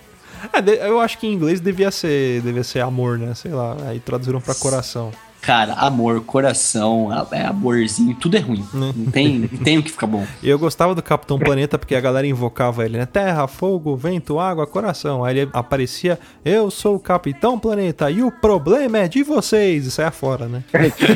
É, de- eu acho que em inglês devia ser, devia ser amor, né? Sei lá, aí traduziram pra coração. Cara, amor, coração, a- é amorzinho, tudo é ruim. Né? Não tem, não tem o que ficar bom. E eu gostava do Capitão Planeta porque a galera invocava ele, né? Terra, fogo, vento, água, coração. Aí ele aparecia, eu sou o Capitão Planeta e o problema é de vocês. E saia fora, né? É tipo,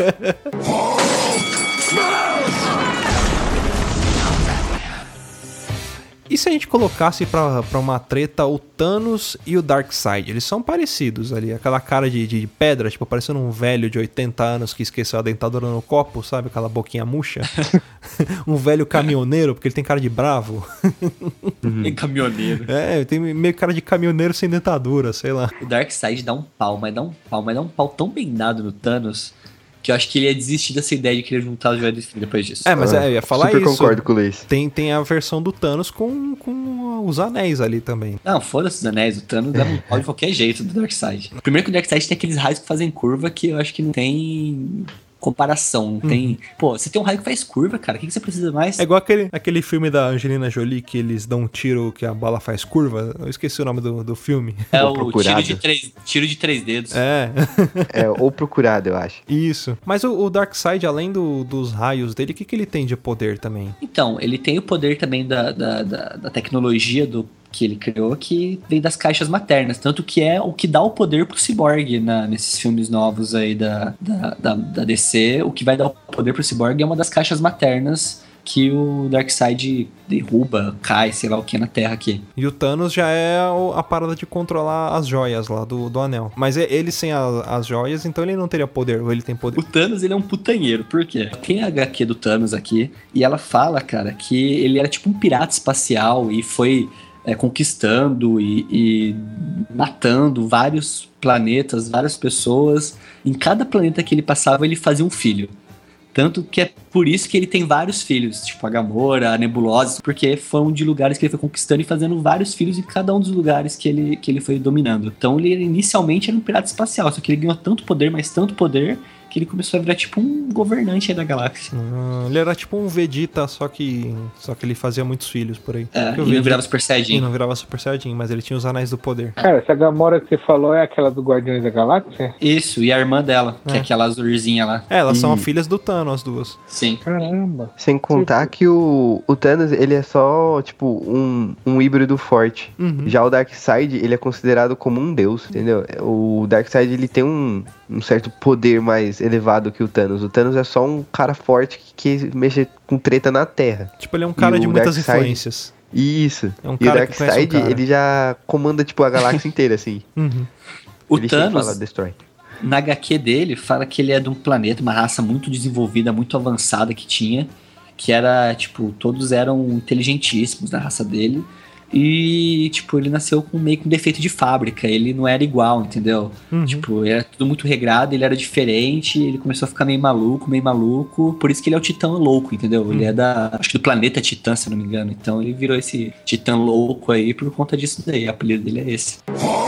E se a gente colocasse pra, pra uma treta o Thanos e o Darkseid? Eles são parecidos ali, aquela cara de, de pedra, tipo, parecendo um velho de oitenta anos que esqueceu a dentadura no copo, sabe? Aquela boquinha murcha. Um velho caminhoneiro, porque ele tem cara de bravo. É caminhoneiro. É, tem meio cara de caminhoneiro sem dentadura, sei lá. O Darkseid dá um pau, mas dá um pau, mas dá um pau tão bem dado no Thanos que eu acho que ele ia desistir dessa ideia de querer juntar os joelhos depois disso. É, mas é, eu ia falar Super isso. concordo com o Luiz. Tem, tem a versão do Thanos com, com os anéis ali também. Não, foda-se os anéis, o Thanos dá um pau de qualquer jeito do Darkseid. Primeiro que o Darkseid tem aqueles raios que fazem curva que eu acho que não tem comparação, não tem... Pô, você tem um raio que faz curva, cara, o que, que você precisa mais? É igual aquele, aquele filme da Angelina Jolie que eles dão um tiro que a bala faz curva. Eu esqueci o nome do, do filme. É Ou o tiro procurado. de, três, tiro de três dedos. É, É, ou procurado, eu acho. isso. Mas o, o Darkseid, além do, dos raios dele, o que, que ele tem de poder também? Então, ele tem o poder também da, da, da, da tecnologia do que ele criou, que vem das caixas maternas. Tanto que é o que dá o poder pro Cyborg na, nesses filmes novos aí da, da, da, da D C. O que vai dar o poder pro Cyborg é uma das caixas maternas que o Darkseid derruba, cai, sei lá o que na Terra aqui. E o Thanos já é a parada de controlar as joias lá do, do anel. Mas ele sem a, as joias, então ele não teria poder, ou ele tem poder? O Thanos, ele é um putanheiro, por quê? Tem a agá quê do Thanos aqui, e ela fala, cara, que ele era tipo um pirata espacial e foi é, conquistando e, e matando vários planetas, várias pessoas. Em cada planeta que ele passava, ele fazia um filho. Tanto que é por isso que ele tem vários filhos, tipo a Gamora, a Nebulosa, porque foram de lugares que ele foi conquistando e fazendo vários filhos em cada um dos lugares que ele, que ele foi dominando. Então ele inicialmente era um pirata espacial, só que ele ganhou tanto poder, mas tanto poder, que ele começou a virar tipo um governante aí da galáxia. Hum, ele era tipo um Vegeta, só que só que ele fazia muitos filhos por aí. É, e Vegeta, não virava Super Saiyajin. E não virava Super Saiyajin, mas ele tinha os anéis do poder. Cara, essa Gamora que você falou é aquela do Guardiões da Galáxia? Isso, e a irmã dela, que é, É. aquela azulzinha lá. É, elas E- são filhas do Thanos, as duas. Sim. Caramba. Sem contar que o, o Thanos, ele é só, tipo, um, um híbrido forte. Uhum. Já o Darkseid, ele é considerado como um deus, entendeu? O Darkseid, ele tem um, um certo poder mais elevado que o Thanos. O Thanos é só um cara forte que quer mexer com treta na Terra. Tipo, ele é um cara E de o muitas Darkseid- influências. Isso. É um e o cara que conhece um Darkseid, cara. ele já comanda, tipo, a galáxia inteira, assim. Uhum. O ele chega e Thanos, fala, destrói. na agá quê dele, fala que ele é de um planeta, uma raça muito desenvolvida, muito avançada que tinha, que era, tipo, todos eram inteligentíssimos da raça dele, e, tipo, ele nasceu com meio com defeito de fábrica, ele não era igual, entendeu? Uhum. Tipo, era tudo muito regrado, ele era diferente, ele começou a ficar meio maluco, meio maluco, por isso que ele é o Titã louco, entendeu? Ele é da, acho que do planeta Titã, se eu não me engano, então ele virou esse Titã louco aí por conta disso daí, o apelido dele é esse.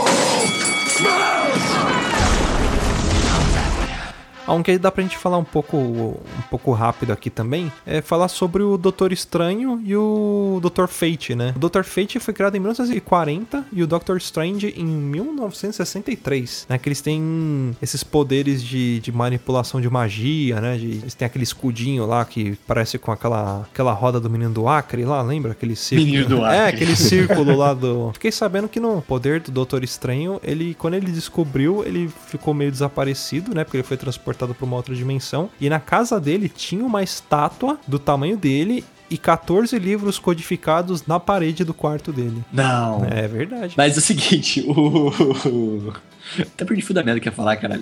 Ah, um que dá pra gente falar um pouco, um pouco rápido aqui também, é falar sobre o Doutor Estranho e o doutor Fate, né? O doutor Fate foi criado em mil novecentos e quarenta e o Doctor Strange em mil novecentos e sessenta e três, né? Que eles têm esses poderes de, de manipulação de magia, né? De, eles têm aquele escudinho lá que parece com aquela, aquela roda do Menino do Acre lá, lembra? Aquele círculo. Menino do Acre. É, aquele círculo lá do... Fiquei sabendo que no poder do Doutor Estranho, ele, quando ele descobriu, ele ficou meio desaparecido, né? Porque ele foi transportado para uma outra dimensão. E na casa dele tinha uma estátua do tamanho dele e catorze livros codificados na parede do quarto dele. Não. É verdade. Mas é o seguinte, o... Até perdi fio da merda que ia falar, caralho.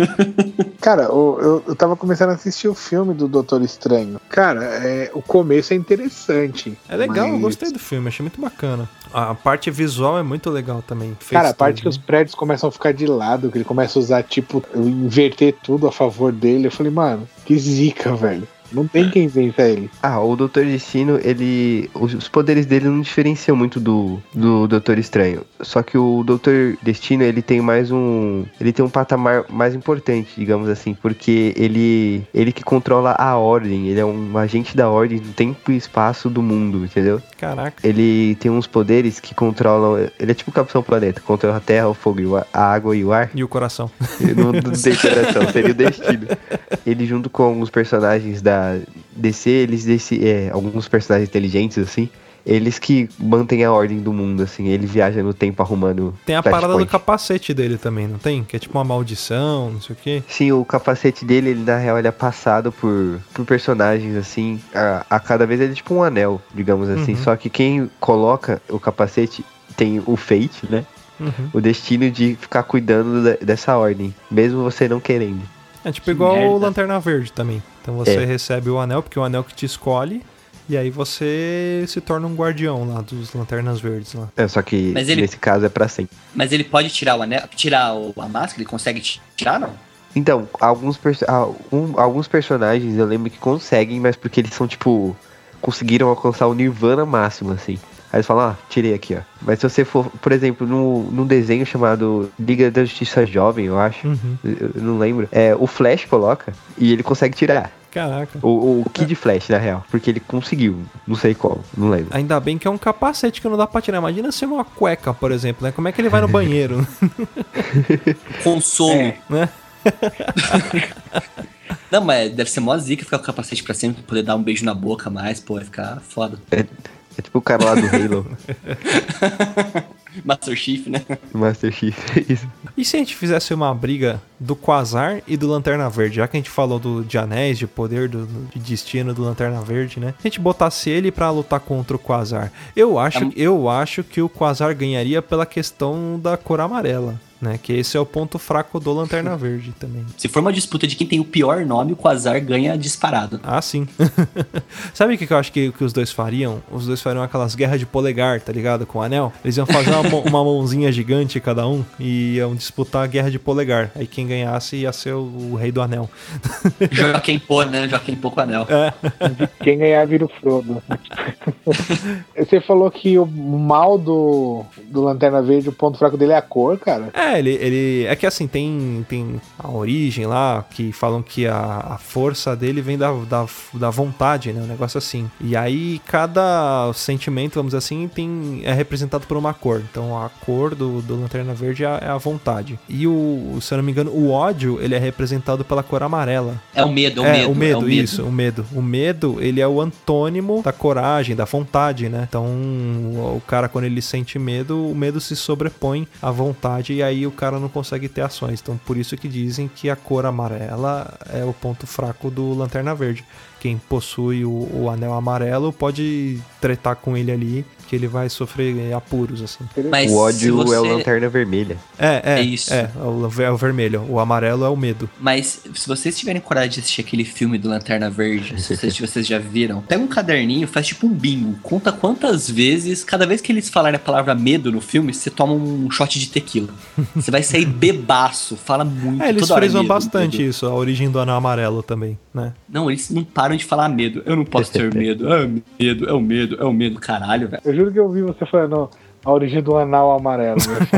Cara, eu, eu, eu tava começando a assistir o filme do Doutor Estranho. Cara, é, o começo é interessante. É legal, mas- eu gostei do filme, achei muito bacana. A parte visual é muito legal também. Cara, a Fez parte tudo, que os né? prédios começam a ficar de lado, que ele começa a usar, tipo, inverter tudo a favor dele. Eu falei, mano, que zica, velho. Não tem quem vença ele. Ah, o Doutor Destino, ele... Os os poderes dele não diferenciam muito do, do Doutor Estranho. Só que o Doutor Destino, ele tem mais um... Ele tem um patamar mais importante, digamos assim. Porque ele... Ele que controla a ordem. Ele é um agente da ordem no tempo e espaço do mundo, entendeu? Caraca. Ele tem uns poderes que controlam... Ele é tipo o Capitão Planeta. Controla a terra, o fogo, e o ar- a água e o ar. E o coração. Não, não tem coração, seria o Destino. Ele junto com alguns personagens da D C, eles desse, é, alguns personagens inteligentes, assim, eles que mantêm a ordem do mundo, assim, ele viaja no tempo arrumando Tem a parada do flashpoint. capacete dele também, não tem? Que é tipo uma maldição, não sei o quê. Sim, o capacete dele, ele na real, ele é passado por, por personagens, assim, a, a cada vez ele é tipo um anel, digamos assim, Uhum. só que quem coloca o capacete tem o Fate, né, Uhum. o destino de ficar cuidando da- dessa ordem, mesmo você não querendo. É tipo igual merda. o Lanterna Verde também. Então você É. recebe o anel, porque é o anel que te escolhe, e aí você se torna um guardião lá dos Lanternas Verdes lá. É, só que Mas ele- nesse caso é pra sempre. Mas ele pode tirar o anel, tirar o- a máscara? Ele consegue ti- tirar, não? Então, alguns, perso- algum- alguns personagens eu lembro que conseguem, mas porque eles são, tipo, conseguiram alcançar o Nirvana máximo, assim. Aí eles falam, ah, tirei aqui, ó. Mas se você for, por exemplo, no, num desenho chamado Liga da Justiça Jovem, eu acho, Uhum. eu eu não lembro, é, o Flash coloca e ele consegue tirar. Caraca. O, o Kid Flash, na real, porque ele conseguiu, não sei qual, não lembro. Ainda bem que é um capacete que não dá pra tirar. Imagina ser uma cueca, por exemplo, né? Como é que ele vai no banheiro, Consolo. É. né? Não, mas deve ser mó zica ficar com o capacete pra sempre, poder dar um beijo na boca a mais, pô, vai ficar foda. É tipo o cara lá do Halo. Master Chief, né? Master Chief, é isso. E se a gente fizesse uma briga do Quasar e do Lanterna Verde? Já que a gente falou do, de anéis, de poder, do, de destino do Lanterna Verde, né? Se a gente botasse ele pra lutar contra o Quasar, eu acho, eu acho que o Quasar ganharia pela questão da cor amarela. Né, que esse é o ponto fraco do Lanterna Verde também. Se for uma disputa de quem tem o pior nome, o Quasar ganha disparado. Ah, sim. Sabe o que, que eu acho que, que os dois fariam? Os dois fariam aquelas guerras de polegar, tá ligado? Com o anel. Eles iam fazer uma, uma mãozinha gigante cada um e iam disputar a guerra de polegar. Aí quem ganhasse ia ser o, o rei do anel. Joaquim Pô, né? Joaquim Pô com o anel. É. Quem ganhar vira o Frodo. Você falou que o mal do, do Lanterna Verde, o ponto fraco dele é a cor, cara? É, ele, ele... É que assim, tem, tem a origem lá, que falam que a, a força dele vem da, da, da vontade, né? Um negócio assim. E aí, cada sentimento, vamos dizer assim, tem, é representado por uma cor. Então, a cor do, do Lanterna Verde é a, é a vontade. E, o, se eu não me engano, o ódio, ele é representado pela cor amarela. É o medo, é o é, medo. O medo, é o medo, isso, o medo. O medo, ele é o antônimo da coragem, da vontade, né? Então, o, o cara, quando ele sente medo, o medo se sobrepõe à vontade e aí o cara não consegue ter ações. Então, por isso que dizem que a cor amarela é o ponto fraco do Lanterna Verde. Quem possui o, o anel amarelo pode tretar com ele ali, que ele vai sofrer apuros, assim. Mas o ódio você... é o Lanterna Vermelha. É, é, É isso. É, o, é o vermelho. O amarelo é o medo. Mas se vocês tiverem coragem de assistir aquele filme do Lanterna Verde, se vocês, vocês já viram, pega um caderninho, faz tipo um bingo, conta quantas vezes, cada vez que eles falarem a palavra medo no filme, você toma um shot de tequila. Você vai sair bebaço, fala muito. É, eles toda hora frisam medo, bastante medo. isso, a origem do anel amarelo também, né? Não, eles não param de falar medo. Eu não posso ter medo. É medo, é o medo, é o medo. Caralho, velho. Eu juro que eu ouvi você falando a origem do anal amarelo.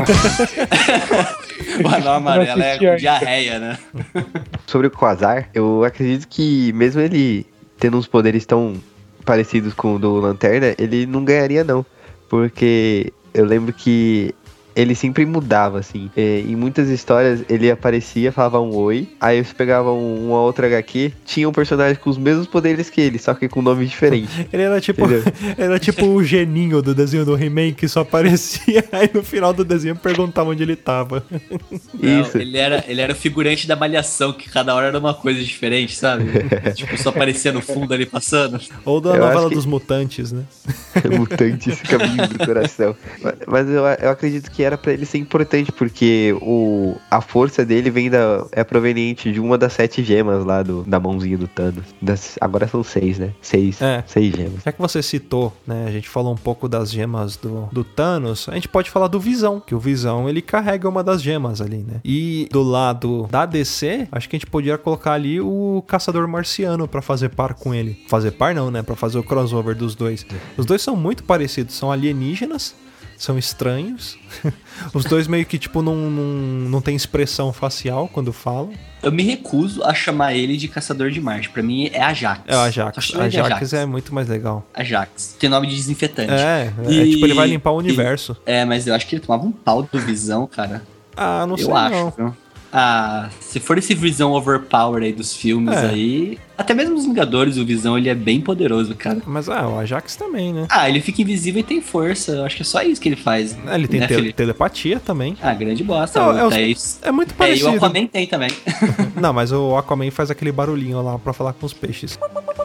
O anel amarelo é com diarreia, né? Sobre o Quasar, eu acredito que mesmo ele tendo uns poderes tão parecidos com o do Lanterna, ele não ganharia não. Porque eu lembro que ele sempre mudava, assim. É, em muitas histórias, ele aparecia, falava um oi, aí você pegava um, uma outra agá quê, tinha um personagem com os mesmos poderes que ele, só que com nome diferente. Ele era tipo, era tipo o geninho do desenho do He-Man, que só aparecia, aí no final do desenho perguntava onde ele tava. Não, Isso. ele era, ele era o figurante da Malhação, que cada hora era uma coisa diferente, sabe? Tipo, só aparecia no fundo ali passando. Ou da Eu novela acho que- dos Mutantes, né? Mutantes, caminho do coração. Mas eu, eu acredito que era pra ele ser importante, porque o, a força dele vem da, é proveniente de uma das sete gemas lá do, da mãozinha do Thanos. Das, agora são seis, né? Seis, É. seis gemas. Já que você citou, né, a gente falou um pouco das gemas do, do Thanos, a gente pode falar do Visão, que o Visão, ele carrega uma das gemas ali, né? E do lado da D C, acho que a gente podia colocar ali o Caçador Marciano pra fazer par com ele. Fazer par não, né? Pra fazer o crossover dos dois. Os dois são muito parecidos, são alienígenas, são estranhos. Os dois meio que, tipo, não, não, não tem expressão facial quando falam. Eu me recuso a chamar ele de Caçador de Marte. Pra mim é Ajax. É o Só Ajax. chama ele de Ajax é muito mais legal. Ajax. Tem nome de desinfetante. É, é E- tipo, ele vai limpar o universo. e- é, mas eu acho que ele tomava um pau do Visão, cara. Ah, não sei eu acho, não. viu? Ah, se for esse Visão overpower aí dos filmes É. aí... Até mesmo os Vingadores, o Visão, ele é bem poderoso, cara. Mas ah, o Ajax também, né? Ah, ele fica invisível e tem força. Eu acho que é só isso que ele faz. Ah, ele tem né, tele- Felipe? telepatia também. Ah, grande bosta. Não, o é, os- Thaís- é muito É, e parecido. o Aquaman tem também. Não, mas o Aquaman faz aquele barulhinho lá pra falar com os peixes.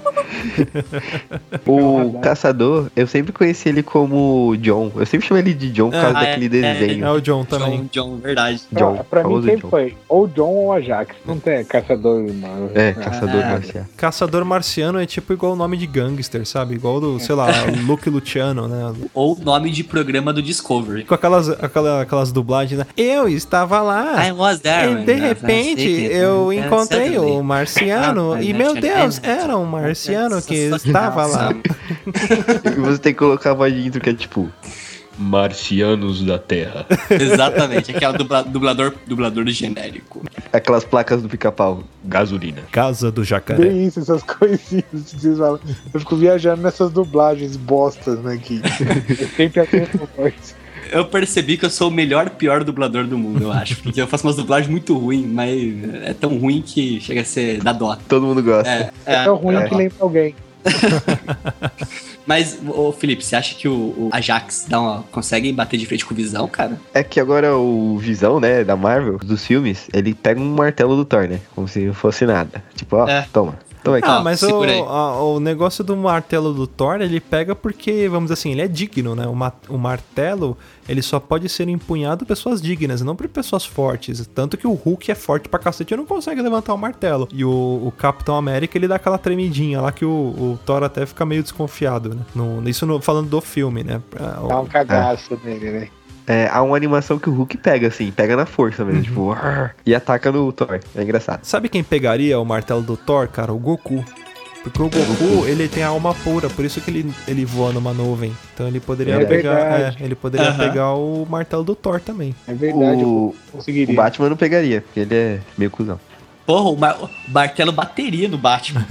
O Caçador, eu sempre conheci ele como John. Eu sempre chamei ele de John por É, causa ah, daquele é, desenho. É o John também. John, John, verdade. John, Pra, pra mim famoso sempre John. foi ou John ou Ajax. Não tem caçador, mano. É, Caçador Ah. Marciano. Caçador Marciano é tipo igual o nome de gangster, sabe? Igual do, sei lá, Luke Luciano, né? Ou nome de programa do Discovery. Com aquelas, aquela, aquelas dublagens, né? Eu estava lá. I was there. E de repente eu encontrei o marciano Ah, e, meu Deus, era um marciano que estava lá. E você tem que colocar a voz de intro que é tipo... Marcianos da Terra. Exatamente, aquela dubla, dublador, dublador genérico. Aquelas placas do pica-pau. Gasolina. Casa do Jacaré. Bem isso, essas coisinhas que vocês falam. Eu fico viajando nessas dublagens bostas, né? Que eu sempre atento mais. Eu percebi que eu sou o melhor pior dublador do mundo, eu acho. Porque eu faço umas dublagens muito ruins, mas é tão ruim que chega a ser da dó. Todo mundo gosta. É, É tão ruim é. que lembra alguém. Mas, ô Felipe, você acha que o, o Ajax dá uma, consegue bater de frente com o Visão, cara? É que agora o Visão, né, da Marvel, dos filmes, ele pega um martelo do Thor, né? Como se não fosse nada. Tipo, ó, É. toma. Toma aqui. Ah, Ah, mas o, segura aí. a- o negócio do martelo do Thor, ele pega porque, vamos dizer assim, ele é digno, né? O, ma- o martelo, ele só pode ser empunhado por pessoas dignas, não por pessoas fortes. Tanto que o Hulk é forte pra cacete e não consegue levantar o martelo. E o, o Capitão América, ele dá aquela tremidinha lá que o, o Thor até fica meio desconfiado, né? No, isso no- falando do filme, né? Ah, o- Dá um cagaço nele, né? É, há uma animação que o Hulk pega, assim, pega na força mesmo, tipo, "Arr", e ataca no Thor. É engraçado. Sabe quem pegaria o martelo do Thor, cara? O Goku. Porque o Goku, ele tem a alma pura, por isso que ele, ele voa numa nuvem. Então ele poderia É pegar. verdade. É, ele poderia Aham. pegar o martelo do Thor também. É verdade, eu O, o conseguiria. Batman não pegaria, porque ele é meio cuzão. Porra, o, mar- o martelo bateria no Batman.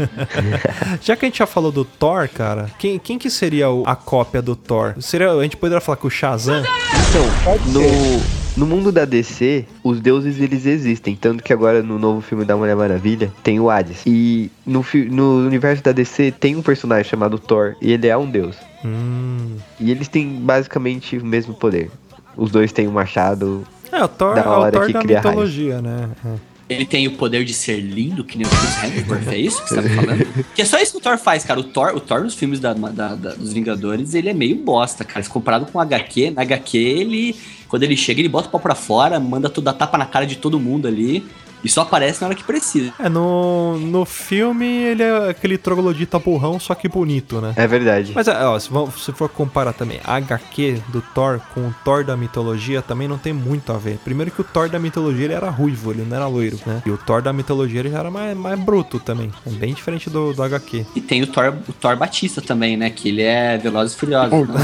Já que a gente já falou do Thor, cara, quem, quem que seria o- a cópia do Thor? Seria, a gente poderia falar que o Shazam? Então, Pode no, ser. no mundo da D C, os deuses eles existem. Tanto que agora no novo filme da Mulher Maravilha tem o Hades. E no, fi- no universo da D C tem um personagem chamado Thor. E ele é um deus. Hum. E eles têm basicamente o mesmo poder. Os dois têm um machado. É, o Thor Da é o hora Thor que da cria mitologia, né? É. Ele tem o poder de ser lindo, que nem o Chris Hemsworth, é isso que você tá me falando? Que é só isso que o Thor faz, cara. O Thor, o Thor nos filmes da, da- da- dos Vingadores, ele é meio bosta, cara. Se comparado com o H Q, na H Q, ele... Quando ele chega, ele bota o pau pra fora, manda tudo, dá tapa na cara de todo mundo ali. E só aparece na hora que precisa. É, no, no filme ele é aquele troglodita burrão, só que bonito, né? É verdade. Mas ó, se vo- se for comparar também a H Q do Thor com o Thor da mitologia, também não tem muito a ver. Primeiro que o Thor da mitologia ele era ruivo, ele não era loiro, né? E o Thor da mitologia ele já era mais, mais bruto também. É bem diferente do, do H Q. E tem o Thor, o Thor Batista também, né? Que ele é Velozes e Furiosos. né?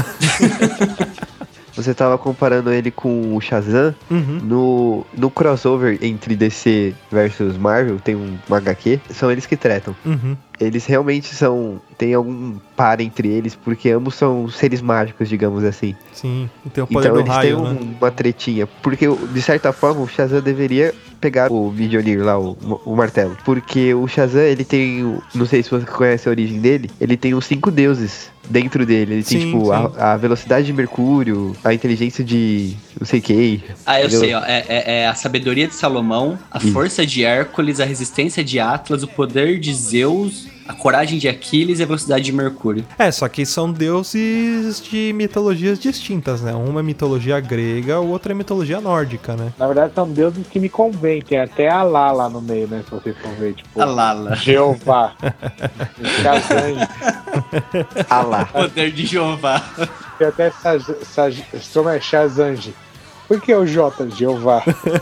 Você tava comparando ele com o Shazam. Uhum. No, no crossover entre D C versus Marvel, tem um, um H Q. São eles que tretam. Uhum. Eles realmente são... Tem algum par entre eles, porque ambos são seres mágicos, digamos assim. Sim. E tem o poder Então do eles raio, têm um- né? uma tretinha. Porque, de certa forma, o Shazam deveria pegar o Mjolnir lá, o, o martelo. Porque o Shazam, ele tem... o- Não sei se você conhece a origem dele. Ele tem os cinco deuses dentro dele. Ele tem, Sim, tipo, sim. a, a velocidade de Mercúrio, a inteligência de não sei quem. Ah, eu entendeu? sei, ó. É, é- é a sabedoria de Salomão, a Isso. força de Hércules, a resistência de Atlas, o poder de Zeus, a coragem de Aquiles e a velocidade de Mercúrio. É, só que são deuses de mitologias distintas, né? Uma é mitologia grega, o outro é mitologia nórdica, né? Na verdade, são deuses que me convêm. Tem até Alá lá no meio, né? Se vocês for ver, tipo... A Lala. Jeová. Shazam. Ah lá. Poder de Jeová. Tem até Saj- Saj- como é? Shazange. Por que o J? Jeová.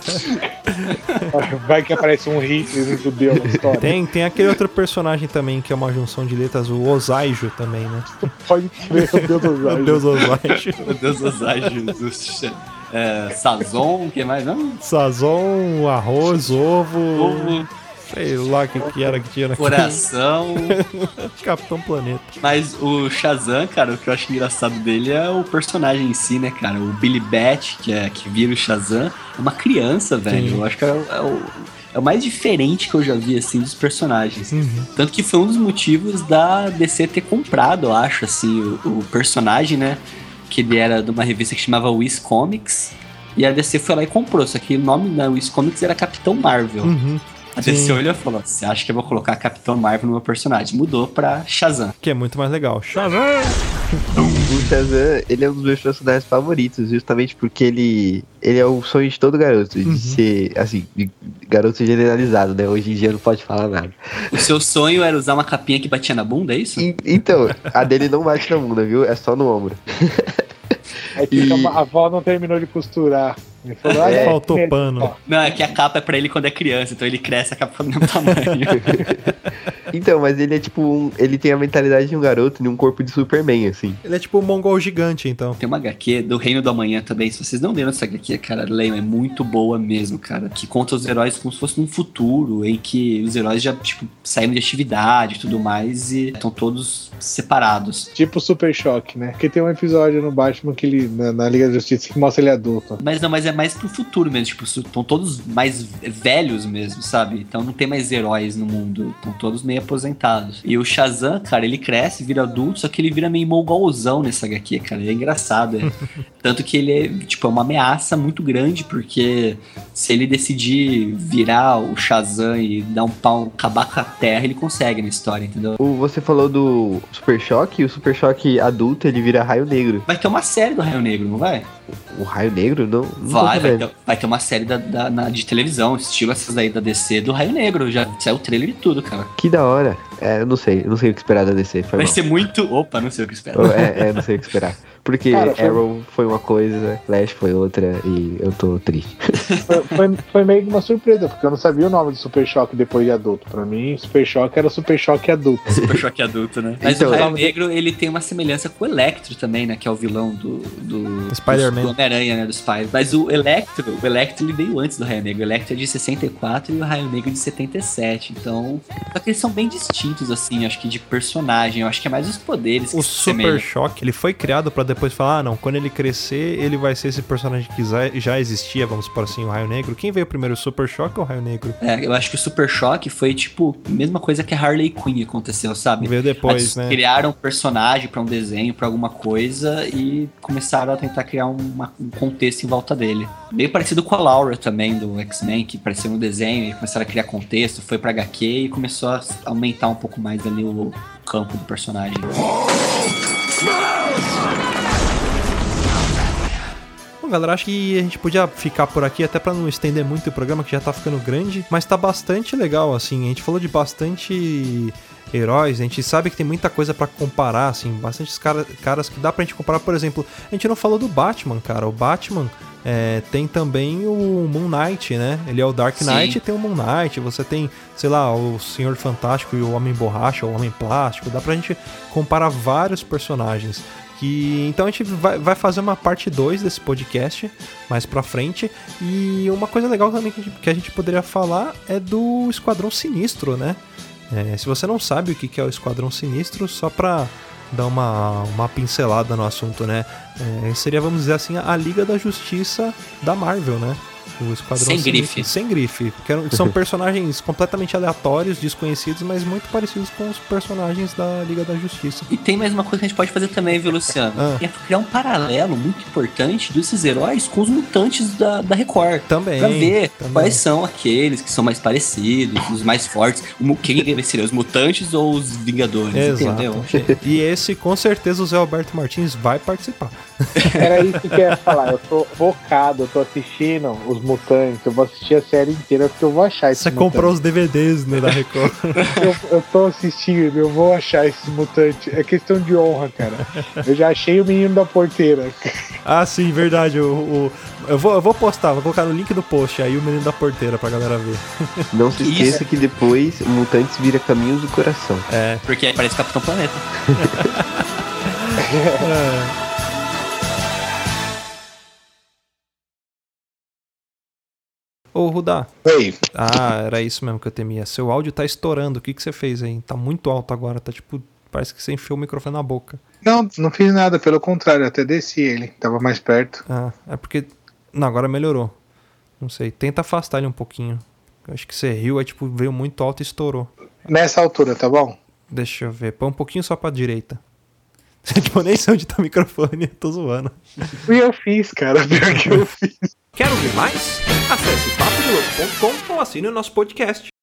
Vai que aparece um Hitler, um judeu na história. Tem, tem aquele outro personagem também que é uma junção de letras, o Osaijo também, né? Pode crer, o Deus dos Meu anjos. Deus, Osaijo. Meu Deus dos anjos. É, Sazon, o que mais? Não? Sazon, arroz, ovo, Ovo, sei lá o que, que era que tinha naquele coração. Capitão Planeta. Mas o Shazam, cara, o que eu acho engraçado dele é o personagem em si, né, cara? O Billy Bat, que, é, que vira o Shazam, é uma criança, velho. Sim. Eu acho que é, o- é o, é o mais diferente que eu já vi, assim, dos personagens. Uhum. Tanto que foi um dos motivos da D C ter comprado, eu acho, assim, o, o personagem, né? Que ele era de uma revista que chamava Wiz Comics. E a D C foi lá e comprou. Só que o nome da Wiz Comics era Capitão Marvel. Uhum. A D C Sim. olhou e falou: você acha que eu vou colocar Capitão Marvel no meu personagem? Mudou pra Shazam. Que é muito mais legal. Shazam! O Shazam, ele é um dos meus personagens favoritos, justamente porque ele, ele é o sonho de todo garoto, de Uhum. ser, assim, de garoto generalizado, né? Hoje em dia não pode falar nada. O seu sonho era usar uma capinha que batia na bunda, é isso? E- então, a dele não bate na bunda, viu? É só no ombro. Aí fica E- uma- a avó não terminou de costurar. Ele falou, ah, é, Faltou ele- pano. ó, Não, é que a capa é pra ele quando é criança, então ele cresce a capa do mesmo tamanho. Então, mas ele é tipo um, ele tem a mentalidade de um garoto e um corpo de Superman, assim. Ele é tipo um mongol gigante, então. Tem uma H Q do Reino do Amanhã também. Se vocês não leram essa H Q, cara, leiam, é muito boa mesmo, cara. Que conta os heróis como se fosse num futuro, em que os heróis já, tipo, saíram de atividade e tudo mais e estão todos separados. tipo Super Choque, né? Porque tem um episódio no Batman que ele, na, na Liga da Justiça, que mostra ele adulto. Mas não, mas é, mais pro futuro mesmo, tipo, estão todos mais velhos mesmo, sabe? Então não tem mais heróis no mundo, estão todos meio aposentados. E o Shazam, cara, ele cresce, vira adulto, só que ele vira meio mongolzão nessa agá quê, cara, ele é engraçado, é. Tanto que ele é, tipo, é uma ameaça muito grande, porque se ele decidir virar o Shazam e dar um pau, acabar com a Terra, ele consegue na história, entendeu? O, você falou do Super Choque, e o Super Choque adulto, ele vira Raio Negro. Vai ter uma série do Raio Negro, não vai? O Raio Negro? Não, não Vai, vai ter, vai ter uma série da, da, na, de televisão, estilo essas daí da D C, do Raio Negro. Já saiu o trailer e tudo, cara. Que da hora. É, eu não sei, eu não sei o que esperar da D C. Foi vai mal. ser muito... Opa, não sei o que esperar. É, é, não sei o que esperar. Porque cara, foi... Arrow foi uma coisa, Flash foi outra e eu tô triste. Foi, foi, foi meio que uma surpresa, porque eu não sabia o nome do Super Choque depois de adulto. Pra mim, Super Choque era Super Choque adulto. Super Choque adulto, né? Mas então, o Raio Negro, ele tem uma semelhança com o Electro também, né? Que é o vilão do... do Spider-Man. Do Homem-Aranha, né? Do Spider. Mas o Electro, o Electro, ele veio antes do Raio Negro. O Electro é de sessenta e quatro e o Raio Negro é de setenta e sete. Então, só que eles são bem distintos, assim, acho que de personagem. Eu acho que é mais os poderes que o se Super semelham. Choque, ele foi criado pra depois falar, ah, não, quando ele crescer, ele vai ser esse personagem que já existia, vamos por assim, o Raio Negro. Quem veio primeiro, o Super Choque ou o Raio Negro? É, eu acho que o Super Choque foi, tipo, a mesma coisa que a Harley Quinn aconteceu, sabe? Veio depois, Eles né? criaram um personagem pra um desenho, pra alguma coisa, e começaram a tentar criar uma, um contexto em volta dele. Meio parecido com a Laura também, do X-Men, que apareceu no desenho, e começaram a criar contexto, foi pra agá quê e começou a aumentar um pouco mais ali o campo do personagem. Bom, galera, acho que a gente podia ficar por aqui até pra não estender muito o programa, que já tá ficando grande, mas tá bastante legal, assim, a gente falou de bastante heróis, a gente sabe que tem muita coisa pra comparar, assim, bastantes cara, caras que dá pra gente comparar, por exemplo, a gente não falou do Batman, cara, o Batman é, tem também o Moon Knight, né, ele é o Dark Knight. Sim. E tem o Moon Knight, você tem, sei lá, o Senhor Fantástico e o Homem Borracha, o Homem Plástico, dá pra gente comparar vários personagens. Que, então a gente vai, vai fazer uma parte dois desse podcast mais pra frente. E uma coisa legal também que a gente, que a gente poderia falar é do Esquadrão Sinistro, né? É, se você não sabe o que é o Esquadrão Sinistro, só pra dar uma, uma pincelada no assunto, né? É, seria, vamos dizer assim, a Liga da Justiça da Marvel, né? O Esquadrão Sem Sinistro, grife. Sem grife. Que são personagens completamente aleatórios, desconhecidos, mas muito parecidos com os personagens da Liga da Justiça. E tem mais uma coisa que a gente pode fazer também, viu, Luciano? Ah. É criar um paralelo muito importante desses heróis com os mutantes da, da Record. Também. Pra ver também. quais são aqueles que são mais parecidos, os mais fortes. Quem seria, os mutantes ou os Vingadores? Exato. Entendeu? E esse, com certeza, o Zé Alberto Martins vai participar. Era isso que eu ia falar. Eu tô focado, eu tô assistindo os Mutantes, eu vou assistir a série inteira porque eu vou achar esses Você mutantes. comprou os D V Ds, né, da Record. eu, eu tô assistindo, eu vou achar esses mutantes. É questão de honra, cara. Eu já achei o menino da porteira. Ah, sim, verdade. O, o, eu, vou, eu vou postar, vou colocar no link do post aí o menino da porteira pra galera ver. Não se esqueça Isso. que depois o Mutantes vira Caminhos do Coração. É, porque aí parece Capitão Planeta. é. Ô, Rudá. Oi. Ah, era isso mesmo que eu temia. Seu áudio tá estourando. O que, que você fez aí? Tá muito alto agora. Tá tipo... Parece que você enfiou o microfone na boca. Não, não fiz nada. Pelo contrário, eu até desci ele. Tava mais perto. Ah, é porque... Não, agora melhorou. Não sei. Tenta afastar ele um pouquinho. Eu acho que você riu, aí tipo, veio muito alto e estourou. Nessa altura, tá bom? Deixa eu ver. Põe um pouquinho só pra direita. Tipo, eu nem sei onde tá o microfone. Eu tô zoando. E eu fiz, cara. Pior que eu fiz. Quer ouvir mais? Acesse papo de louco ponto com ou assine o nosso podcast.